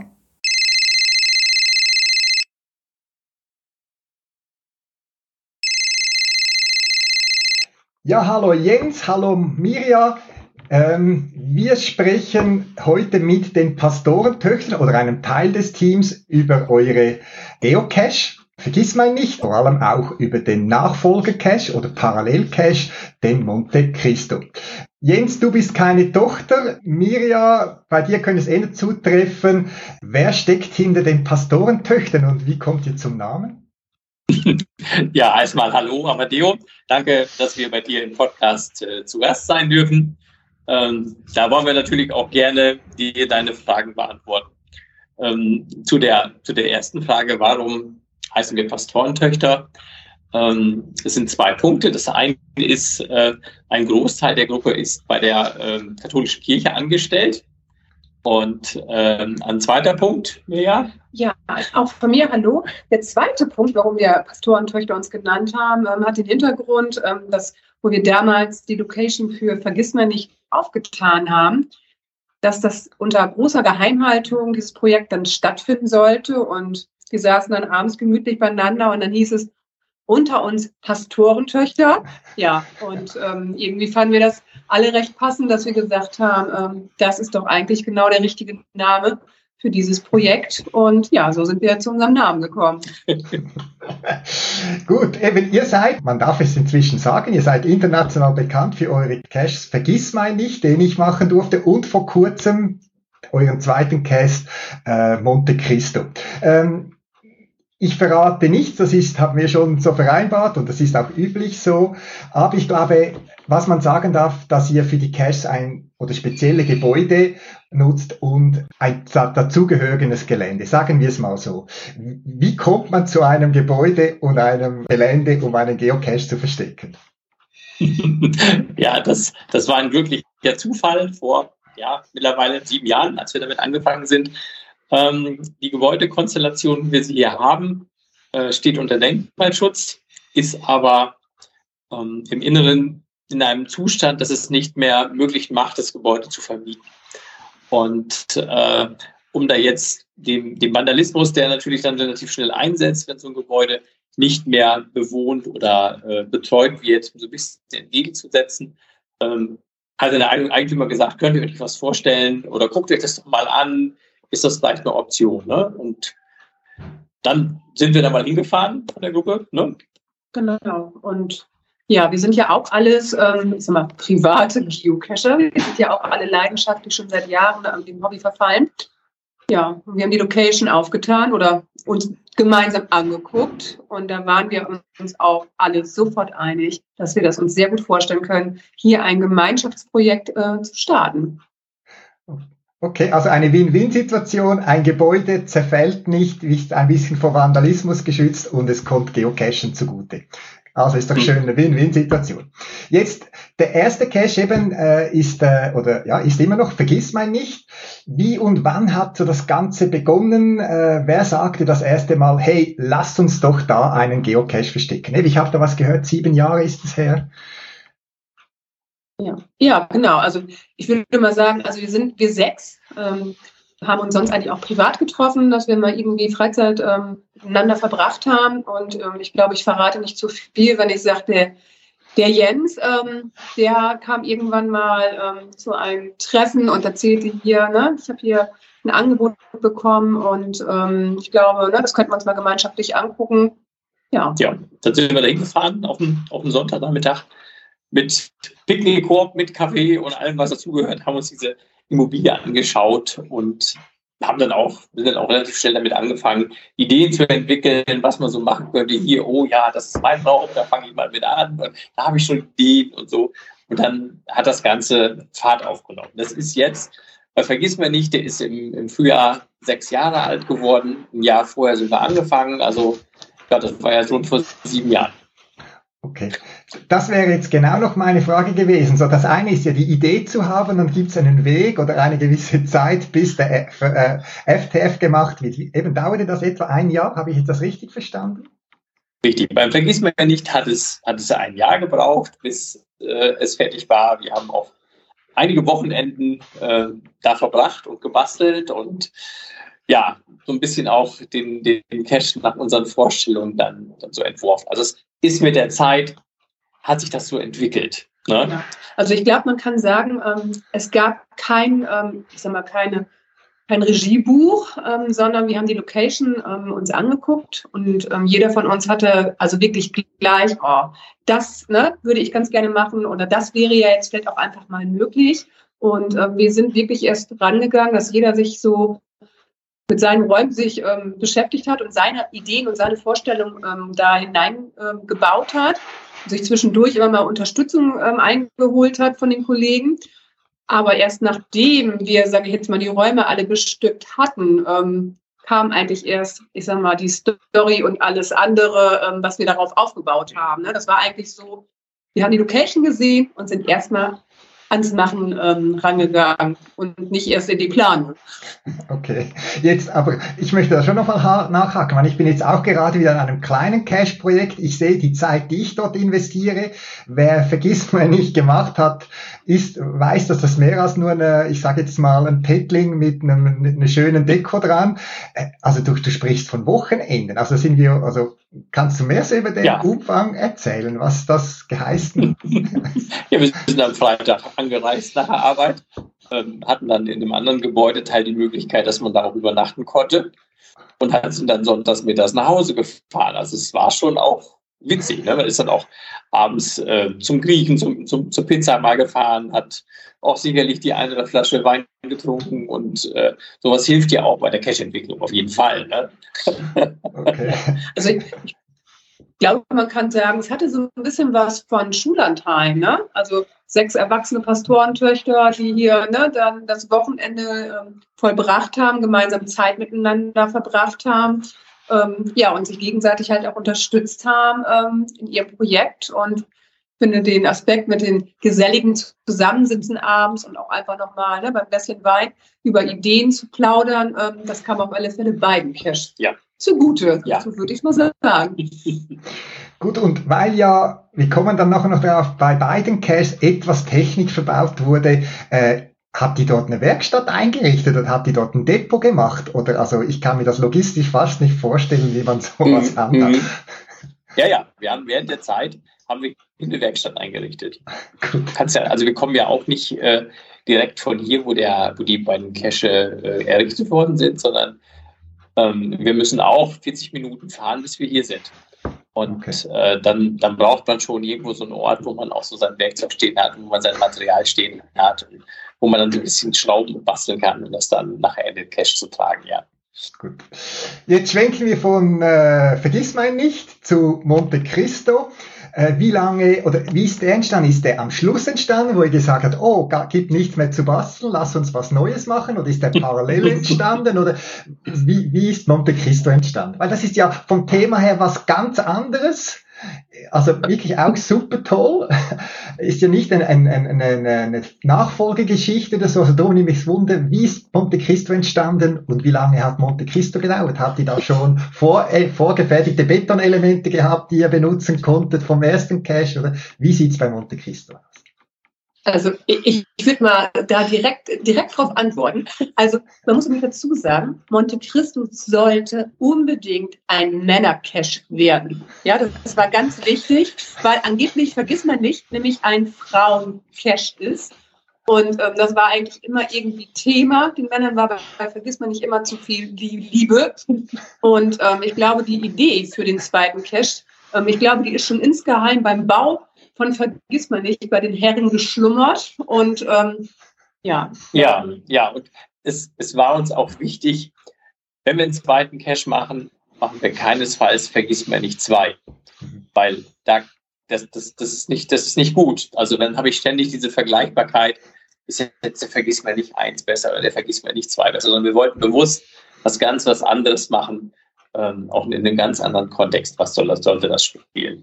Ja, hallo Jens, hallo Mirja. Wir sprechen heute mit den Pastorentöchtern oder einem Teil des Teams über eure Geocache. Vergissmeinnicht, vor allem auch über den Nachfolgecache oder Parallelcache, den Monte Cristo. Jens, du bist keine Tochter. Mirja, bei dir könnte es eher zutreffen. Wer steckt hinter den Pastorentöchtern und wie kommt ihr zum Namen? Ja, erstmal hallo Amadeo. Danke, dass wir bei dir im Podcast zu Gast sein dürfen. Da wollen wir natürlich auch gerne dir deine Fragen beantworten. Zu der ersten Frage, warum heißen wir Pastorentöchter? Es sind 2 Punkte. Das eine ist, ein Großteil der Gruppe ist bei der katholischen Kirche angestellt. Und ein zweiter Punkt, Mirja? Ja, auch von mir, hallo. Der zweite Punkt, warum wir Pastorentöchter uns genannt haben, hat den Hintergrund, dass, wo wir damals die Location für Vergissmeinnicht aufgetan haben, dass das unter großer Geheimhaltung dieses Projekt dann stattfinden sollte und wir saßen dann abends gemütlich beieinander und dann hieß es unter uns Pastorentöchter. Ja, und irgendwie fanden wir das alle recht passend, dass wir gesagt haben, das ist doch eigentlich genau der richtige Name für dieses Projekt. Und ja, so sind wir zu unserem Namen gekommen. Gut, eben ihr seid, man darf es inzwischen sagen, ihr seid international bekannt für eure Caches Vergissmeinnicht, den ich machen durfte und vor kurzem euren zweiten Cache Monte Cristo. Ich verrate nichts, haben wir schon so vereinbart und das ist auch üblich so. Aber ich glaube, was man sagen darf, dass ihr für die Caches ein oder spezielle Gebäude nutzt und ein dazugehöriges Gelände. Sagen wir es mal so. Wie kommt man zu einem Gebäude und einem Gelände, um einen Geocache zu verstecken? Ja, das war ein glücklicher Zufall. Vor ja, mittlerweile 7 Jahren, als wir damit angefangen sind. Die Gebäudekonstellation, wie wir sie hier haben, steht unter Denkmalschutz, ist aber im Inneren in einem Zustand, dass es nicht mehr möglich macht, das Gebäude zu vermieten. Und um da jetzt dem Vandalismus, der natürlich dann relativ schnell einsetzt, wenn so ein Gebäude nicht mehr bewohnt oder betreut wird, so ein bisschen entgegenzusetzen, hat der Eigentümer gesagt, könnt ihr euch was vorstellen oder guckt euch das doch mal an, ist das vielleicht eine Option. Ne? Und dann sind wir da mal hingefahren von der Gruppe. Ne? Genau. Und ja, wir sind ja auch alles, private Geocacher. Wir sind ja auch alle leidenschaftlich schon seit Jahren dem Hobby verfallen. Ja, wir haben die Location aufgetan oder uns gemeinsam angeguckt. Und da waren wir uns auch alle sofort einig, dass wir das uns sehr gut vorstellen können, hier ein Gemeinschaftsprojekt zu starten. Okay, also eine Win-Win-Situation. Ein Gebäude zerfällt nicht, ist ein bisschen vor Vandalismus geschützt und es kommt Geocachen zugute. Also ist doch schön eine Win-Win-Situation. Jetzt, der erste Cache eben ist immer noch Vergissmeinnicht. Wie und wann hat so das Ganze begonnen? Wer sagte das erste Mal, hey, lasst uns doch da einen Geocache verstecken? Ich habe da was gehört, 7 Jahre ist es her. Ja, genau. Also ich würde mal sagen, also wir 6 haben uns sonst eigentlich auch privat getroffen, dass wir mal irgendwie Freizeit miteinander verbracht haben. Und ich glaube, ich verrate nicht zu viel, wenn ich sage, der Jens, der kam irgendwann mal zu einem Treffen und erzählte hier, ich habe hier ein Angebot bekommen und ich glaube, das könnten wir uns mal gemeinschaftlich angucken. Ja, dann sind wir da hingefahren auf den Sonntagnachmittag mit Picknickkorb, mit Kaffee und allem, was dazugehört, haben uns diese Immobilie angeschaut und wir sind dann auch relativ schnell damit angefangen, Ideen zu entwickeln, was man so machen könnte. Hier, oh ja, das ist mein Raum, da fange ich mal mit an. Und da habe ich schon Ideen und so. Und dann hat das Ganze Fahrt aufgenommen. Das ist jetzt, vergiss mir nicht, der ist im Frühjahr 6 Jahre alt geworden. Ein Jahr vorher sind wir angefangen. Also, ja, das war ja schon vor 7 Jahren. Okay, das wäre jetzt genau noch meine Frage gewesen. So, das eine ist ja die Idee zu haben, dann gibt es einen Weg oder eine gewisse Zeit, bis der FTF gemacht wird. Eben dauerte das etwa 1 Jahr, habe ich jetzt das richtig verstanden? Richtig, beim Vergissmeinnicht hat es 1 Jahr gebraucht, bis es fertig war. Wir haben auch einige Wochenenden da verbracht und gebastelt und ja, so ein bisschen auch den Cache nach unseren Vorstellungen dann so entworfen. Also es ist mit der Zeit, hat sich das so entwickelt. Ne? Ja. Also ich glaube, man kann sagen, es gab kein Regiebuch, sondern wir haben die Location uns angeguckt und jeder von uns hatte also wirklich gleich, das würde ich ganz gerne machen oder das wäre ja jetzt vielleicht auch einfach mal möglich. Und wir sind wirklich erst rangegangen, dass jeder sich so mit seinen Räumen sich beschäftigt hat und seine Ideen und seine Vorstellungen da hineingebaut hat, sich zwischendurch immer mal Unterstützung eingeholt hat von den Kollegen. Aber erst nachdem wir, sage ich jetzt mal, die Räume alle bestückt hatten, kam eigentlich erst, ich sag mal, die Story und alles andere, was wir darauf aufgebaut haben. Ne? Das war eigentlich so, wir haben die Location gesehen und sind erstmal ans Machen rangegangen und nicht erst in die Planung. Okay, jetzt aber, ich möchte da schon nochmal nachhaken, weil ich bin jetzt auch gerade wieder an einem kleinen Cash-Projekt. Ich sehe die Zeit, die ich dort investiere. Wer Vergissmeinnicht gemacht hat, weiß, dass das mehr als nur ich sage jetzt mal, ein Petling mit einer schönen Deko dran. Also du sprichst von Wochenenden. Also kannst du mehr so über den Umfang erzählen, was das geheißen? Ja, wir sind am Freitag angereist nach der Arbeit, hatten dann in einem anderen Gebäudeteil die Möglichkeit, dass man da auch übernachten konnte und sind dann sonntags mittags nach Hause gefahren. Also es war schon auch witzig. Ne? Man ist dann auch abends zum Griechen, zur Pizza mal gefahren, hat auch sicherlich die eine oder andere Flasche Wein getrunken und sowas hilft ja auch bei der Cache-Entwicklung auf jeden Fall. Ne? Okay. Also ich glaube, man kann sagen, es hatte so ein bisschen was von Schullandheim, ne? Also 6 erwachsene Pastorentöchter, die hier dann das Wochenende vollbracht haben, gemeinsam Zeit miteinander verbracht haben, und sich gegenseitig halt auch unterstützt haben in ihrem Projekt. Und finde den Aspekt mit den geselligen Zusammensitzen abends und auch einfach nochmal beim Gläschen Wein über Ideen zu plaudern, das kam auf alle Fälle beiden Caches zugute, so würde ich mal sagen. Gut, und weil ja, wir kommen dann nachher noch darauf, bei beiden Caches etwas Technik verbaut wurde, habt ihr dort eine Werkstatt eingerichtet oder habt ihr dort ein Depot gemacht? Oder, also ich kann mir das logistisch fast nicht vorstellen, wie man sowas handhabt. Ja, wir haben während der Zeit eine Werkstatt eingerichtet. Also wir kommen ja auch nicht direkt von hier, wo die beiden Cache errichtet worden sind, sondern wir müssen auch 40 Minuten fahren, bis wir hier sind. Und dann braucht man schon irgendwo so einen Ort, wo man auch so sein Werkzeug stehen hat, wo man sein Material stehen hat, und wo man dann so ein bisschen schrauben und basteln kann, um das dann nachher in den Cache zu tragen, ja. Gut. Jetzt schwenken wir von Vergissmeinnicht zu Monte Cristo. Wie ist der entstanden? Ist der am Schluss entstanden, wo ihr gesagt habt, gibt nichts mehr zu basteln, lass uns was Neues machen? Oder ist der parallel entstanden? Oder wie ist Monte Cristo entstanden? Weil das ist ja vom Thema her was ganz anderes. Also wirklich auch super toll. Ist ja nicht eine Nachfolgegeschichte oder so. Also darum nehme ich es Wunder, wie ist Monte Cristo entstanden und wie lange hat Monte Cristo gedauert? Habt ihr da schon vorgefertigte Betonelemente gehabt, die ihr benutzen konntet vom ersten Cache? Oder wie sieht's bei Monte Cristo aus? Also ich würde mal da direkt drauf antworten. Also man muss nämlich dazu sagen, Monte Cristo sollte unbedingt ein Männer-Cache werden. Ja, das war ganz wichtig, weil angeblich Vergissmeinnicht nämlich ein Frauen-Cache ist. Und das war eigentlich immer irgendwie Thema. Den Männern war bei Vergissmeinnicht immer zu viel Liebe. Und ich glaube, die Idee für den zweiten Cache, ich glaube, die ist schon insgeheim beim Bau von Vergissmeinnicht bei den Herren geschlummert. Und Ja, und es war uns auch wichtig, wenn wir einen zweiten Cache machen wir keinesfalls Vergissmeinnicht 2. Weil das ist nicht gut. Also dann habe ich ständig diese Vergleichbarkeit, ist jetzt der Vergissmeinnicht 1 besser oder der Vergissmeinnicht 2 besser, sondern wir wollten bewusst was anderes machen, auch in einem ganz anderen Kontext. Was sollte das spielen?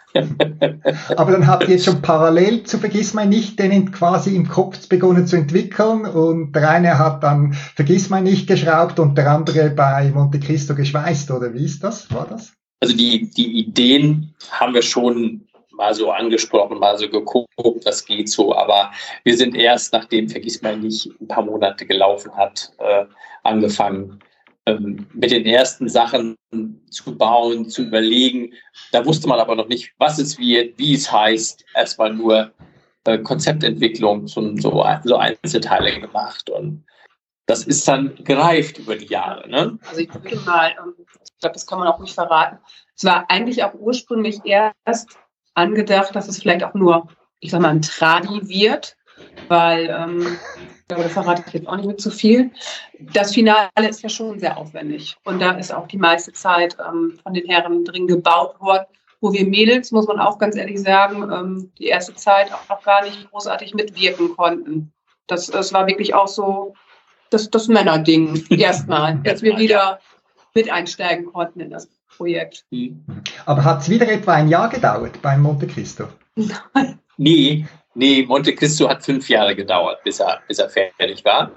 Aber dann habt ihr jetzt schon parallel zu Vergissmeinnicht den quasi im Kopf begonnen zu entwickeln und der eine hat dann Vergissmeinnicht geschraubt und der andere bei Monte Cristo geschweißt, oder wie ist das? War das? Also die Ideen haben wir schon mal so angesprochen, mal so geguckt, was geht so, aber wir sind erst, nachdem Vergissmeinnicht ein paar Monate gelaufen hat, angefangen, mit den ersten Sachen zu bauen, zu überlegen. Da wusste man aber noch nicht, was es wird, wie es heißt. Erstmal nur Konzeptentwicklung, so Einzelteile gemacht. Und das ist dann gereift über die Jahre. Ne? Also ich würde mal, ich glaube, das kann man auch nicht verraten. Es war eigentlich auch ursprünglich erst angedacht, dass es vielleicht auch nur, ich sag mal, ein Tradi wird, weil ich glaube, da verrate ich jetzt auch nicht mit zu viel. Das Finale ist ja schon sehr aufwendig. Und da ist auch die meiste Zeit von den Herren drin gebaut worden, wo wir Mädels, muss man auch ganz ehrlich sagen, die erste Zeit auch noch gar nicht großartig mitwirken konnten. Das war wirklich auch so das Männerding erstmal, dass wir wieder mit einsteigen konnten in das Projekt. Aber hat es wieder etwa ein Jahr gedauert beim Monte Cristo? Nein. Nee, Monte Cristo hat 5 Jahre gedauert, bis er fertig war.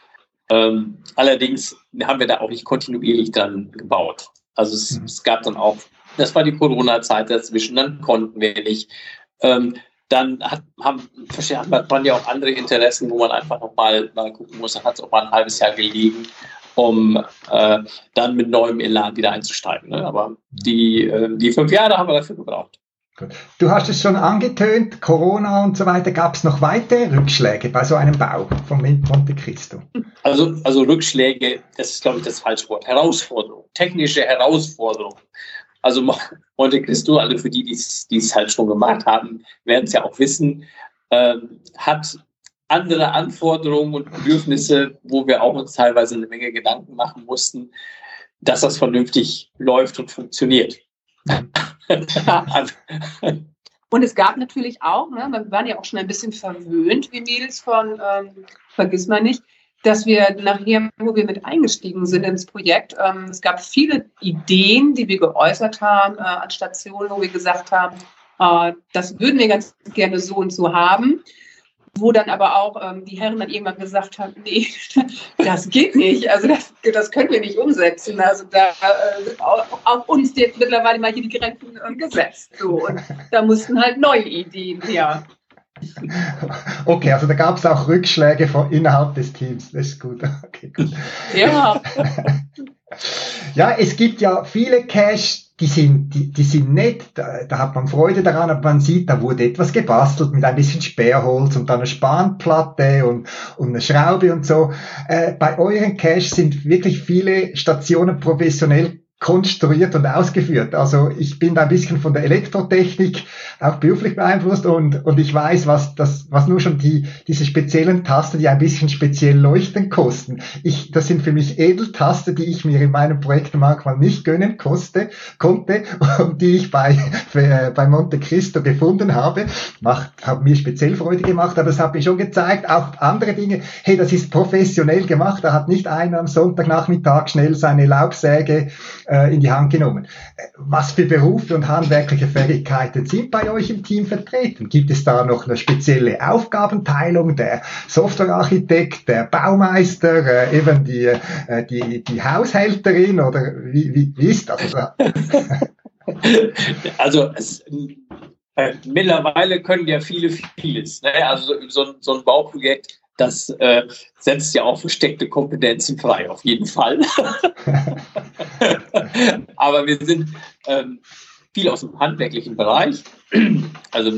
Allerdings haben wir da auch nicht kontinuierlich dran gebaut. Also es gab dann auch, das war die Corona-Zeit dazwischen, dann konnten wir nicht. Dann waren ja auch andere Interessen, wo man einfach noch mal gucken muss, dann hat es auch mal ein halbes Jahr gelegen, um dann mit neuem Elan wieder einzusteigen. Ne? Aber die 5 Jahre haben wir dafür gebraucht. Gut. Du hast es schon angetönt, Corona und so weiter. Gab es noch weitere Rückschläge bei so einem Bau von Monte Cristo? Also Rückschläge, das ist, glaube ich, das falsche Wort. Herausforderung, technische Herausforderung. Also Monte Cristo, also für die es halt schon gemacht haben, werden es ja auch wissen, hat andere Anforderungen und Bedürfnisse, wo wir auch uns teilweise eine Menge Gedanken machen mussten, dass das vernünftig läuft und funktioniert. Und es gab natürlich auch, wir waren ja auch schon ein bisschen verwöhnt, wie Mädels von Vergissmeinnicht, dass wir nachher, wo wir mit eingestiegen sind ins Projekt, es gab viele Ideen, die wir geäußert haben an Stationen, wo wir gesagt haben, Das würden wir ganz gerne so und so haben. Wo dann aber auch die Herren dann irgendwann gesagt haben, nee, das geht nicht, also das können wir nicht umsetzen. Also da sind auch uns jetzt mittlerweile mal hier die Grenzen gesetzt. So. Und da mussten halt neue Ideen her. Okay, also da gab es auch Rückschläge innerhalb des Teams, das ist gut. Okay, gut. Ja. Ja, es gibt ja viele Cache, die sind nett, da hat man Freude daran, aber man sieht, da wurde etwas gebastelt mit ein bisschen Sperrholz und dann eine Spanplatte und eine Schraube und so. Bei euren Caches sind wirklich viele Stationen professionell konstruiert und ausgeführt. Also ich bin da ein bisschen von der Elektrotechnik auch beruflich beeinflusst und ich weiß, was nur schon diese speziellen Tasten, die ein bisschen speziell leuchten kosten. Das sind für mich Edeltaste, die ich mir in meinem Projekt manchmal nicht gönnen konnte und die ich bei Monte Cristo gefunden habe. Hat mir speziell Freude gemacht, aber es hat mir schon gezeigt, auch andere Dinge, hey, das ist professionell gemacht, da hat nicht einer am Sonntagnachmittag schnell seine Laubsäge in die Hand genommen. Was für Berufe und handwerkliche Fähigkeiten sind bei euch im Team vertreten? Gibt es da noch eine spezielle Aufgabenteilung, der Softwarearchitekt, der Baumeister, eben die Haushälterin oder wie ist das? Also mittlerweile können ja viele vieles. Ne? Also so ein Bauprojekt, das setzt ja auch versteckte Kompetenzen frei, auf jeden Fall. Aber wir sind viel aus dem handwerklichen Bereich. Also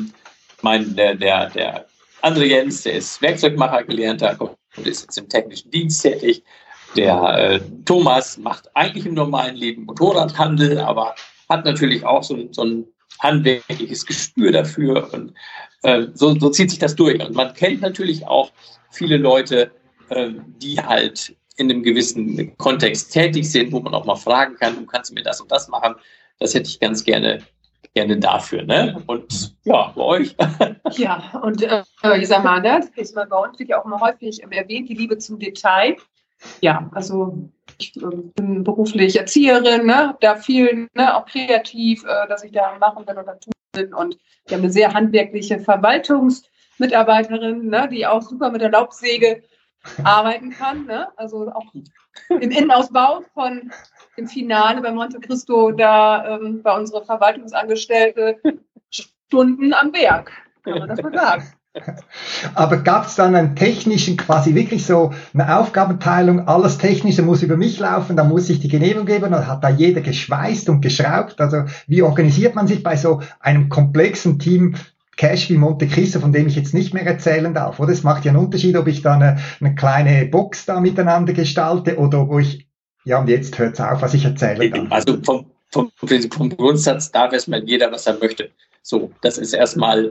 der andere Jens, der ist Werkzeugmacher gelernter, ist jetzt im technischen Dienst tätig. Der Thomas macht eigentlich im normalen Leben Motorradhandel, aber hat natürlich auch so ein handwerkliches Gespür dafür. Und so zieht sich das durch. Und man kennt natürlich auch viele Leute, die halt in einem gewissen Kontext tätig sind, wo man auch mal fragen kann, du kannst mir das und das machen. Das hätte ich ganz gerne dafür. Ne? Und ja, bei euch. Ja, und ich sag mal, das ist bei uns wird ja auch immer häufig erwähnt, die Liebe zum Detail. Ja, also ich bin beruflich Erzieherin, ne, habe da viel, ne, auch kreativ, dass ich da machen bin oder tun bin. Und wir haben eine sehr handwerkliche Verwaltungsmitarbeiterin, ne, die auch super mit der Laubsäge arbeiten kann. Ne? Also auch im Innenausbau von dem Finale bei Monte Cristo, da war unsere Verwaltungsangestellte Stunden am Werk, kann man das mal sagen. Aber gab es dann einen technischen, quasi wirklich so eine Aufgabenteilung, alles Technische muss über mich laufen, da muss ich die Genehmigung geben, und hat da jeder geschweißt und geschraubt? Also wie organisiert man sich bei so einem komplexen Team Cache wie Monte Cristo, von dem ich jetzt nicht mehr erzählen darf, oder? Es macht ja einen Unterschied, ob ich da eine kleine Box da miteinander gestalte oder wo ich, ja, und jetzt hört's auf, was ich erzählen darf. Also vom Grundsatz darf erstmal jeder, was er möchte. So, das ist erstmal,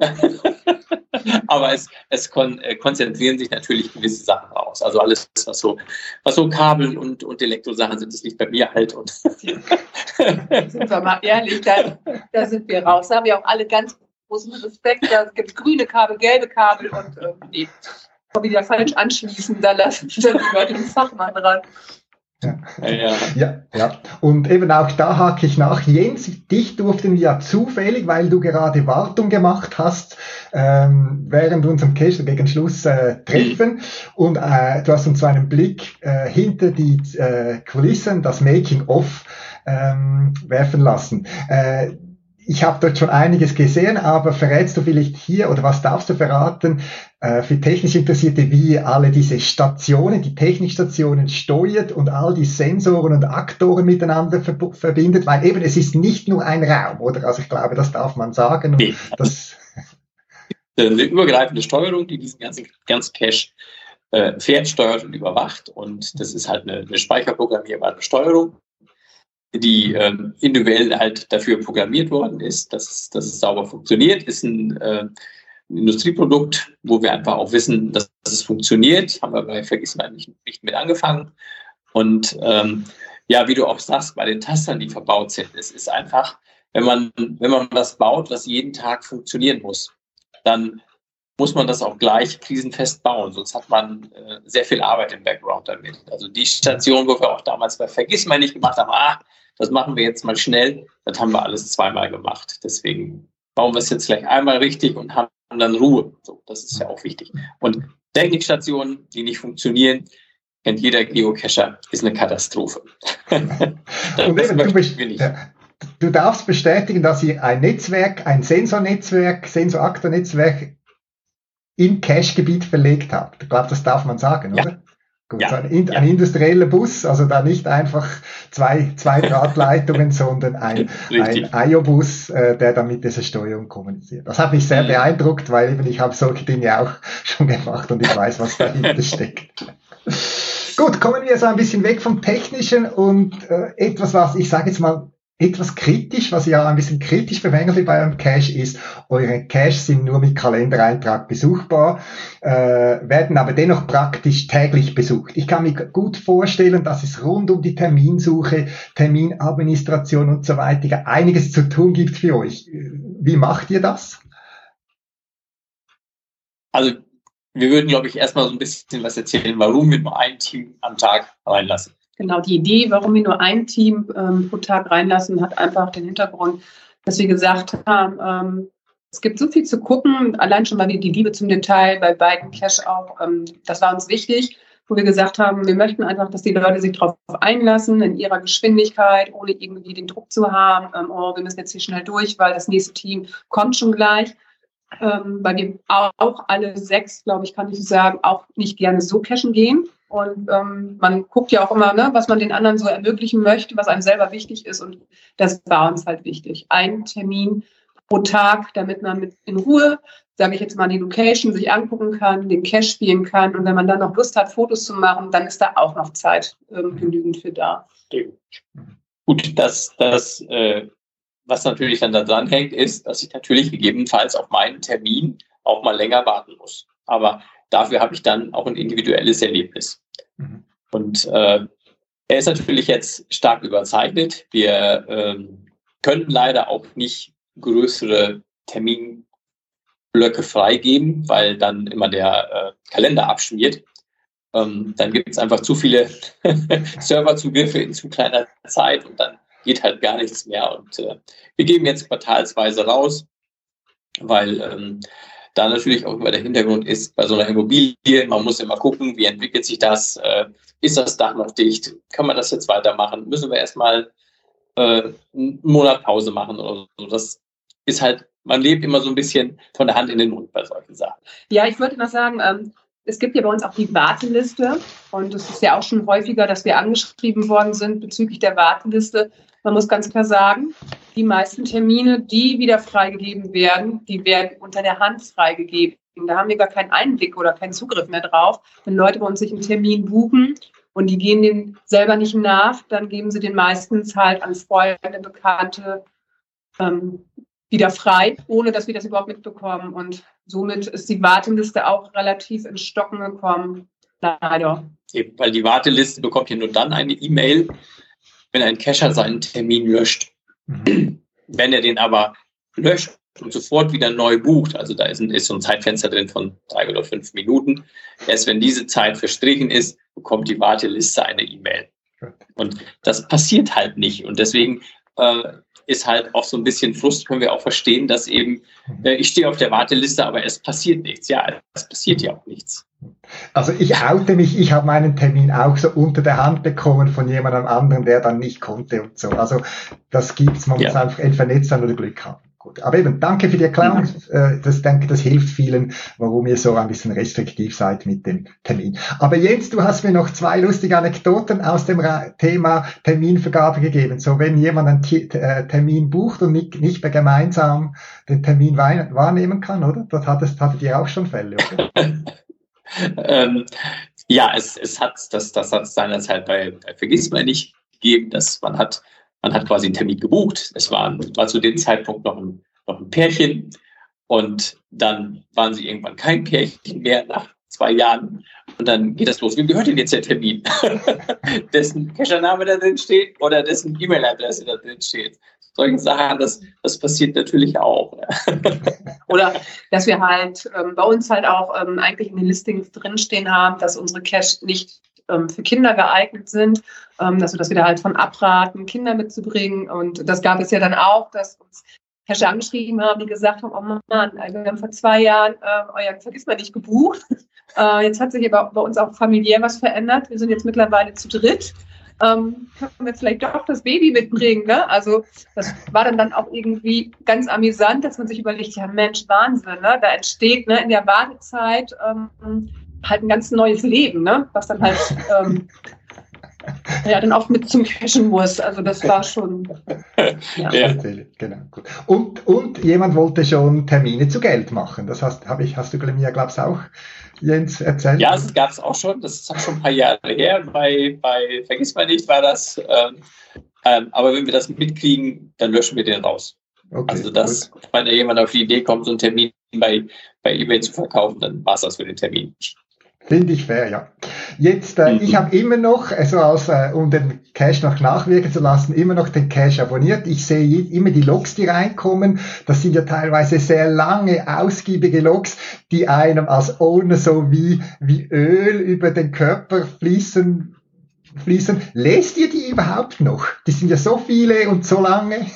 aber es konzentrieren sich natürlich gewisse Sachen raus. Also alles, was so Kabel und Elektrosachen sind, das liegt bei mir halt. Und sind wir mal ehrlich, da sind wir raus. Da haben wir auch alle ganz großen Respekt. Da gibt es grüne Kabel, gelbe Kabel und nee, wieder falsch anschließen, da lassen wir lieber den Fachmann ran. Ja. Und eben auch da hake ich nach. Jens, dich durften wir ja zufällig, weil du gerade Wartung gemacht hast, während unserem Cache gegen Schluss treffen. Und du hast uns so einen Blick hinter die Kulissen, das Making-of, werfen lassen. Ich habe dort schon einiges gesehen, aber verrätst du vielleicht hier, oder was darfst du verraten, für technisch Interessierte, wie ihr alle diese Stationen, die Technikstationen steuert und all die Sensoren und Aktoren miteinander verbindet? Weil eben, es ist nicht nur ein Raum, oder? Also ich glaube, das darf man sagen. Nee. Eine übergreifende Steuerung, die diesen ganzen Cache fährt, steuert und überwacht. Und das ist halt eine speicherprogrammierbare Steuerung, die individuell halt dafür programmiert worden ist, dass es sauber funktioniert, ist ein Industrieprodukt, wo wir einfach auch wissen, dass es funktioniert. Haben wir bei Vergissmal nicht mit angefangen. Und ja, wie du auch sagst, bei den Tastern, die verbaut sind, es ist einfach, wenn man was baut, was jeden Tag funktionieren muss, dann muss man das auch gleich krisenfest bauen, sonst hat man sehr viel Arbeit im Background damit. Also die Station, wo wir auch damals bei Vergissmal nicht gemacht haben, das machen wir jetzt mal schnell, das haben wir alles zweimal gemacht. Deswegen bauen wir es jetzt gleich einmal richtig und haben dann Ruhe. So, das ist ja auch wichtig. Und Technikstationen, die nicht funktionieren, kennt jeder Geocacher, ist eine Katastrophe. Und eben, du darfst bestätigen, dass ihr ein Netzwerk, ein Sensoraktor-Netzwerk im Cache-Gebiet verlegt habt. Ich glaube, das darf man sagen, oder? Gut, ja, ein industrieller Bus, also da nicht einfach zwei Drahtleitungen, sondern ein IO-Bus, der dann mit dieser Steuerung kommuniziert. Das hat mich sehr beeindruckt, weil eben ich habe solche Dinge auch schon gemacht und ich weiß, was dahinter steckt. Gut, kommen wir so ein bisschen weg vom Technischen und etwas, was ich sage jetzt mal etwas kritisch, was ja ein bisschen kritisch bemängelt bei eurem Cache ist, eure Caches sind nur mit Kalendereintrag besuchbar, werden aber dennoch praktisch täglich besucht. Ich kann mir gut vorstellen, dass es rund um die Terminsuche, Terminadministration und so weiter einiges zu tun gibt für euch. Wie macht ihr das? Also wir würden, glaube ich, erstmal so ein bisschen was erzählen, warum wir nur ein Team am Tag reinlassen. Genau, die Idee, warum wir nur ein Team pro Tag reinlassen, hat einfach den Hintergrund, dass wir gesagt haben, es gibt so viel zu gucken, allein schon mal die Liebe zum Detail bei beiden Cache auch, das war uns wichtig, wo wir gesagt haben, wir möchten einfach, dass die Leute sich darauf einlassen, in ihrer Geschwindigkeit, ohne irgendwie den Druck zu haben, wir müssen jetzt hier schnell durch, weil das nächste Team kommt schon gleich. Weil wir auch alle 6, glaube ich, kann ich sagen, auch nicht gerne so cashen gehen. Und man guckt ja auch immer, ne, was man den anderen so ermöglichen möchte, was einem selber wichtig ist. Und das war uns halt wichtig. Ein Termin pro Tag, damit man mit in Ruhe, sage ich jetzt mal, die Location sich angucken kann, den Cache spielen kann. Und wenn man dann noch Lust hat, Fotos zu machen, dann ist da auch noch Zeit genügend für da. Gut, was natürlich dann da dran hängt, ist, dass ich natürlich gegebenenfalls auf meinen Termin auch mal länger warten muss. Aber dafür habe ich dann auch ein individuelles Erlebnis. Und er ist natürlich jetzt stark überzeichnet. Wir können leider auch nicht größere Terminblöcke freigeben, weil dann immer der Kalender abschmiert. Dann gibt es einfach zu viele Serverzugriffe in zu kleiner Zeit und dann geht halt gar nichts mehr. Und wir geben jetzt quartalsweise raus, weil da natürlich auch immer der Hintergrund ist, bei so einer Immobilie, man muss immer gucken, wie entwickelt sich das, ist das Dach noch dicht, kann man das jetzt weitermachen, müssen wir erstmal einen Monat Pause machen oder so. Das ist halt, man lebt immer so ein bisschen von der Hand in den Mund bei solchen Sachen. Ja, ich würde noch sagen, es gibt ja bei uns auch die Warteliste und es ist ja auch schon häufiger, dass wir angeschrieben worden sind bezüglich der Warteliste. Man muss ganz klar sagen, die meisten Termine, die wieder freigegeben werden, die werden unter der Hand freigegeben. Da haben wir gar keinen Einblick oder keinen Zugriff mehr drauf. Wenn Leute bei uns sich einen Termin buchen und die gehen den selber nicht nach, dann geben sie den meistens halt an Freunde, Bekannte wieder frei, ohne dass wir das überhaupt mitbekommen. Und somit ist die Warteliste auch relativ ins Stocken gekommen. Leider. Eben, weil die Warteliste bekommt ja nur dann eine E-Mail, wenn ein Cacher seinen Termin löscht. Wenn er den aber löscht und sofort wieder neu bucht, also da ist so ein Zeitfenster drin von 3 oder 5 Minuten, erst wenn diese Zeit verstrichen ist, bekommt die Warteliste eine E-Mail. Und das passiert halt nicht. Und deswegen ist halt auch so ein bisschen Frust, können wir auch verstehen, dass eben, ich stehe auf der Warteliste, aber es passiert nichts. Ja, es passiert ja auch nichts. Also ich oute mich, ich habe meinen Termin auch so unter der Hand bekommen von jemandem anderen, der dann nicht konnte und so. Also das gibt's, man muss einfach entweder nett sein oder Glück haben. Gut, aber eben, danke für die Erklärung. Ich denke, das hilft vielen, warum ihr so ein bisschen restriktiv seid mit dem Termin. Aber Jens, du hast mir noch 2 lustige Anekdoten aus dem Thema Terminvergabe gegeben. So, wenn jemand einen Termin bucht und nicht mehr gemeinsam den Termin wahrnehmen kann, oder? Das hattet ihr auch schon Fälle, oder? Ja, es hat das seinerzeit bei Vergissmeinnicht gegeben, dass man hat quasi einen Termin gebucht. Es war zu dem Zeitpunkt noch ein Pärchen und dann waren sie irgendwann kein Pärchen mehr nach 2 Jahren und dann geht das los. Wem gehört denn jetzt der Termin? Dessen Cachername da drin steht oder dessen E-Mail-Adresse da drin steht? Solche Sachen, das passiert natürlich auch. Oder dass wir halt bei uns halt auch eigentlich in den Listings drinstehen haben, dass unsere Cache nicht für Kinder geeignet sind, dass wir da halt von abraten, Kinder mitzubringen. Und das gab es ja dann auch, dass uns Cacher angeschrieben haben, die gesagt haben, oh Mann, also wir haben vor 2 Jahren euer Vergissmeinnicht gebucht. Jetzt hat sich aber bei uns auch familiär was verändert. Wir sind jetzt mittlerweile zu dritt. Können wir vielleicht doch das Baby mitbringen, ne? Also das war dann auch irgendwie ganz amüsant, dass man sich überlegt, ja Mensch, Wahnsinn, ne? Da entsteht, ne, in der Wartezeit halt ein ganz neues Leben, ne? Was dann halt ja dann auch mit zum Cashen muss. Also das war schon ja. Genau, gut. Und jemand wollte schon Termine zu Geld machen. Das hast du mir, glaube ich, auch, Jens, erzählt. Ja, das gab es auch schon. Das ist auch schon ein paar Jahre her. Bei Vergissmeinnicht war das. Aber wenn wir das mitkriegen, dann löschen wir den raus. Okay, also wenn da jemand auf die Idee kommt, so einen Termin bei eBay zu verkaufen, dann war es das für den Termin. Finde ich fair, ja. Jetzt, ich habe immer noch, um den Cache noch nachwirken zu lassen, immer noch den Cache abonniert. Ich sehe immer die Logs, die reinkommen. Das sind ja teilweise sehr lange, ausgiebige Logs, die einem als Owner so wie Öl über den Körper fließen. Lest ihr die überhaupt noch? Die sind ja so viele und so lange.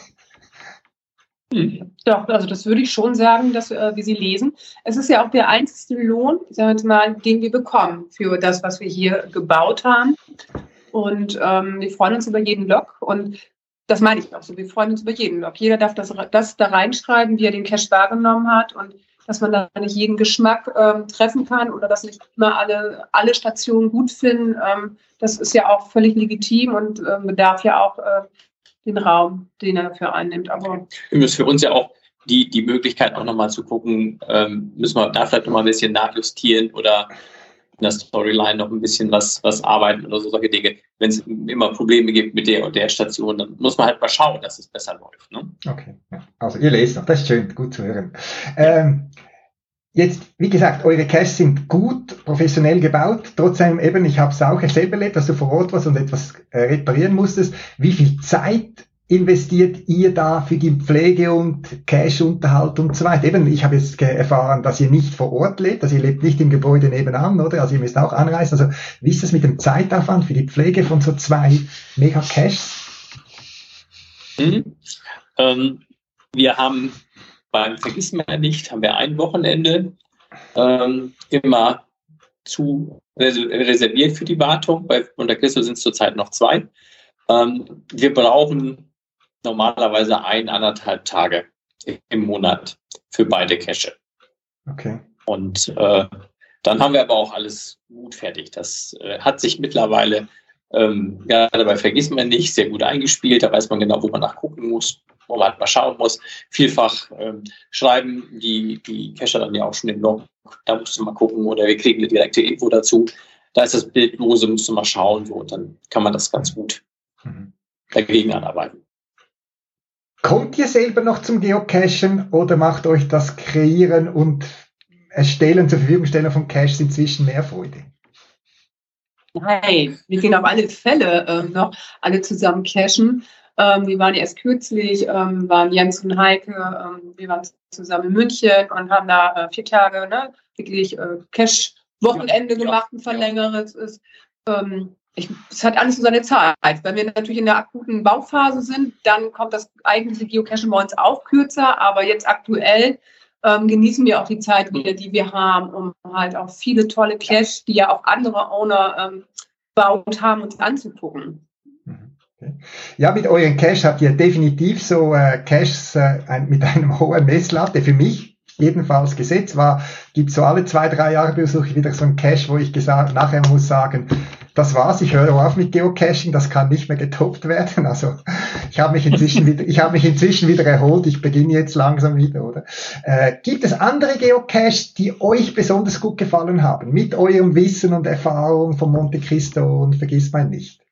Doch, also das würde ich schon sagen, dass wir sie lesen. Es ist ja auch der einzige Lohn, sagen wir mal, den wir bekommen für das, was wir hier gebaut haben. Und wir freuen uns über jeden Log. Und das meine ich auch so, wir freuen uns über jeden Log. Jeder darf das da reinschreiben, wie er den Cache wahrgenommen hat. Und dass man da nicht jeden Geschmack treffen kann oder dass nicht immer alle Stationen gut finden. Das ist ja auch völlig legitim und bedarf ja auch den Raum, den er dafür einnimmt. Aber ist für uns ja auch die Möglichkeit, auch nochmal zu gucken, müssen wir da vielleicht nochmal ein bisschen nachjustieren oder in der Storyline noch ein bisschen was arbeiten oder so solche Dinge. Wenn es immer Probleme gibt mit der und der Station, dann muss man halt mal schauen, dass es besser läuft. Ne? Okay, ja. Also ihr lest noch, das ist schön, gut zu hören. Jetzt, wie gesagt, eure Caches sind gut, professionell gebaut. Trotzdem eben, ich habe es auch selber erlebt, dass du vor Ort warst und etwas reparieren musstest. Wie viel Zeit investiert ihr da für die Pflege und Cache-Unterhalt und so weiter? Eben, ich habe jetzt erfahren, dass ihr nicht vor Ort lebt, also ihr lebt nicht im Gebäude nebenan, oder? Also ihr müsst auch anreisen. Also wie ist das mit dem Zeitaufwand für die Pflege von so 2 Mega-Caches? Wir haben beim Vergissmeinnicht haben wir ein Wochenende immer reserviert für die Wartung. Bei Monte Cristo sind es zurzeit noch 2. Wir brauchen normalerweise 1,5 Tage im Monat für beide Cache. Okay. Und dann haben wir aber auch alles gut fertig. Das hat sich mittlerweile gerade bei Vergissmeinnicht sehr gut eingespielt. Da weiß man genau, wo man nachgucken muss, wo man halt mal schauen muss. Vielfach schreiben die Cacher dann ja auch schon im Log, da musst du mal gucken, oder wir kriegen eine direkte Info dazu. Da ist das Bildlose, musst du mal schauen, so, und dann kann man das ganz gut dagegen anarbeiten. Kommt ihr selber noch zum Geocachen oder macht euch das Kreieren und Erstellen, zur Verfügung stellen von Caches inzwischen mehr Freude? Nein, wir gehen auf alle Fälle noch alle zusammen cachen. Wir waren erst kürzlich, waren Jens und Heike, wir waren zusammen in München und haben da 4 Tage wirklich Cache-Wochenende gemacht, ein verlängertes. Es hat alles so seine Zeit. Wenn wir natürlich in der akuten Bauphase sind, dann kommt das eigentliche Geocachen bei uns auch kürzer, aber jetzt aktuell genießen wir auch die Zeit wieder, die wir haben, um halt auch viele tolle Caches, die ja auch andere Owner gebaut haben, uns anzugucken. Okay. Ja, mit euren Caches habt ihr definitiv so Caches mit einem hohen Messlatte. Für mich jedenfalls gesetzt gibt so alle 2-3 Jahre besuche ich wieder so einen Cache, wo ich nachher muss sagen, das war's, ich höre auf mit Geocaching, das kann nicht mehr getoppt werden. Also ich habe mich inzwischen wieder erholt, ich beginne jetzt langsam wieder, oder? Gibt es andere Geocaches, die euch besonders gut gefallen haben, mit eurem Wissen und Erfahrung von Monte Cristo und Vergissmeinnicht?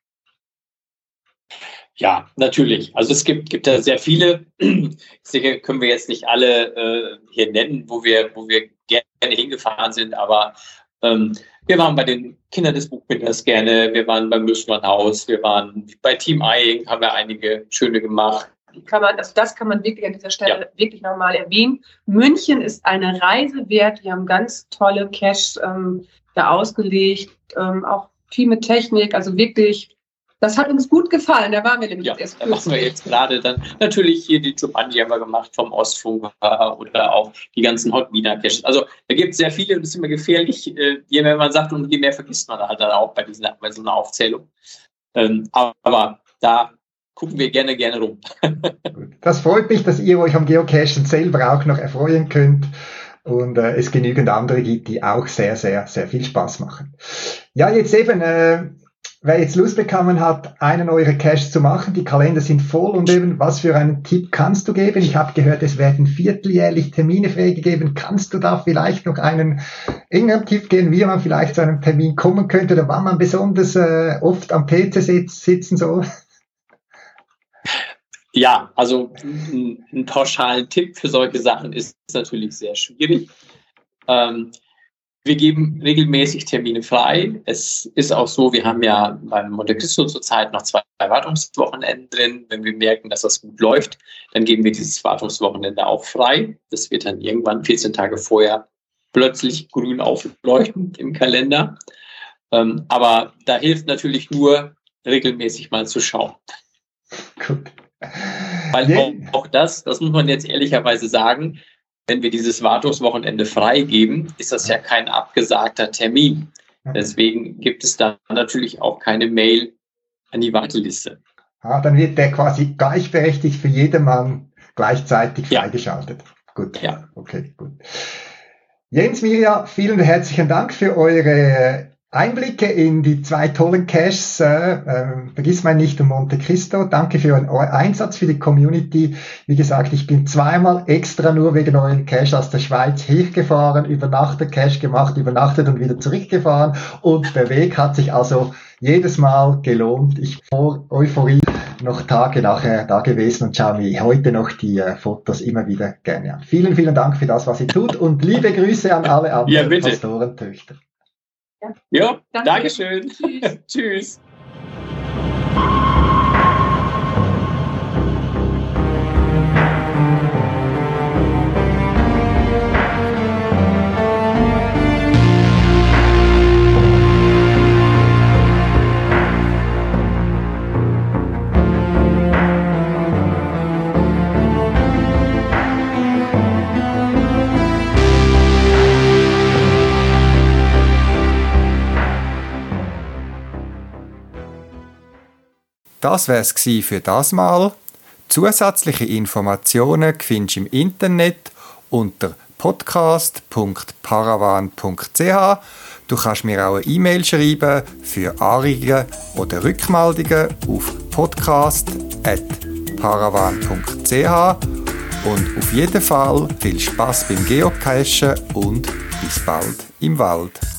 Ja, natürlich. Also es gibt da sehr viele. Sicher können wir jetzt nicht alle hier nennen, wo wir gerne hingefahren sind, aber wir waren bei den Kindern des Buchbinders gerne, wir waren beim Müslmannhaus, wir waren bei Team Eying, haben wir einige schöne gemacht. Das kann man wirklich an dieser Stelle wirklich nochmal erwähnen. München ist eine Reise wert. Wir haben ganz tolle Caches da ausgelegt, auch viel mit Technik, also wirklich Das hat uns gut gefallen, da waren wir nämlich erst. Da machen wir jetzt gerade dann natürlich hier die Jumanji haben wir gemacht vom Ostfunk oder auch die ganzen Hot Wiener Caches. Also da gibt es sehr viele und das ist immer gefährlich, je mehr man sagt und je mehr vergisst man halt dann auch bei so einer Aufzählung. Aber da gucken wir gerne rum. Das freut mich, dass ihr euch am Geocachen selber auch noch erfreuen könnt und es genügend andere gibt, die auch sehr, sehr, sehr viel Spaß machen. Ja, jetzt eben, wer jetzt Lust bekommen hat, einen eurer Caches zu machen, die Kalender sind voll und eben, was für einen Tipp kannst du geben? Ich habe gehört, es werden vierteljährlich Termine freigegeben. Kannst du da vielleicht noch irgendeinen Tipp geben, wie man vielleicht zu einem Termin kommen könnte oder wann man besonders oft am PC sitzen soll? Ja, also einen pauschalen Tipp für solche Sachen ist natürlich sehr schwierig. Wir geben regelmäßig Termine frei. Es ist auch so, wir haben ja beim Monte Cristo zurzeit noch 2 Wartungswochenenden drin. Wenn wir merken, dass das gut läuft, dann geben wir dieses Wartungswochenende auch frei. Das wird dann irgendwann 14 Tage vorher plötzlich grün aufleuchten im Kalender. Aber da hilft natürlich nur, regelmäßig mal zu schauen. Gut. Weil auch das muss man jetzt ehrlicherweise sagen, wenn wir dieses Wartungswochenende freigeben, ist das ja kein abgesagter Termin. Deswegen gibt es da natürlich auch keine Mail an die Warteliste. Dann wird der quasi gleichberechtigt für jedermann gleichzeitig freigeschaltet. Gut, okay, gut. Jens, Mirja, vielen herzlichen Dank für eure Einblicke in die 2 tollen Caches, Vergissmeinnicht nicht und Monte Cristo. Danke für euren Einsatz für die Community. Wie gesagt, ich bin zweimal extra nur wegen euren Cache aus der Schweiz hergefahren, übernachtet, Cache gemacht, übernachtet und wieder zurückgefahren. Und der Weg hat sich also jedes Mal gelohnt. Ich vor Euphorie noch Tage nachher da gewesen und schaue mir heute noch die Fotos immer wieder gerne an. Vielen, vielen Dank für das, was ihr tut und liebe Grüße an alle anderen Pastorentöchter. Ja, Dankeschön. Tschüss. Das wär's gsi für das Mal. Zusätzliche Informationen findest du im Internet unter podcast.paravan.ch. Du kannst mir auch eine E-Mail schreiben für Anregungen oder Rückmeldungen auf podcast@paravan.ch. Und auf jeden Fall viel Spaß beim Geocachen und bis bald im Wald.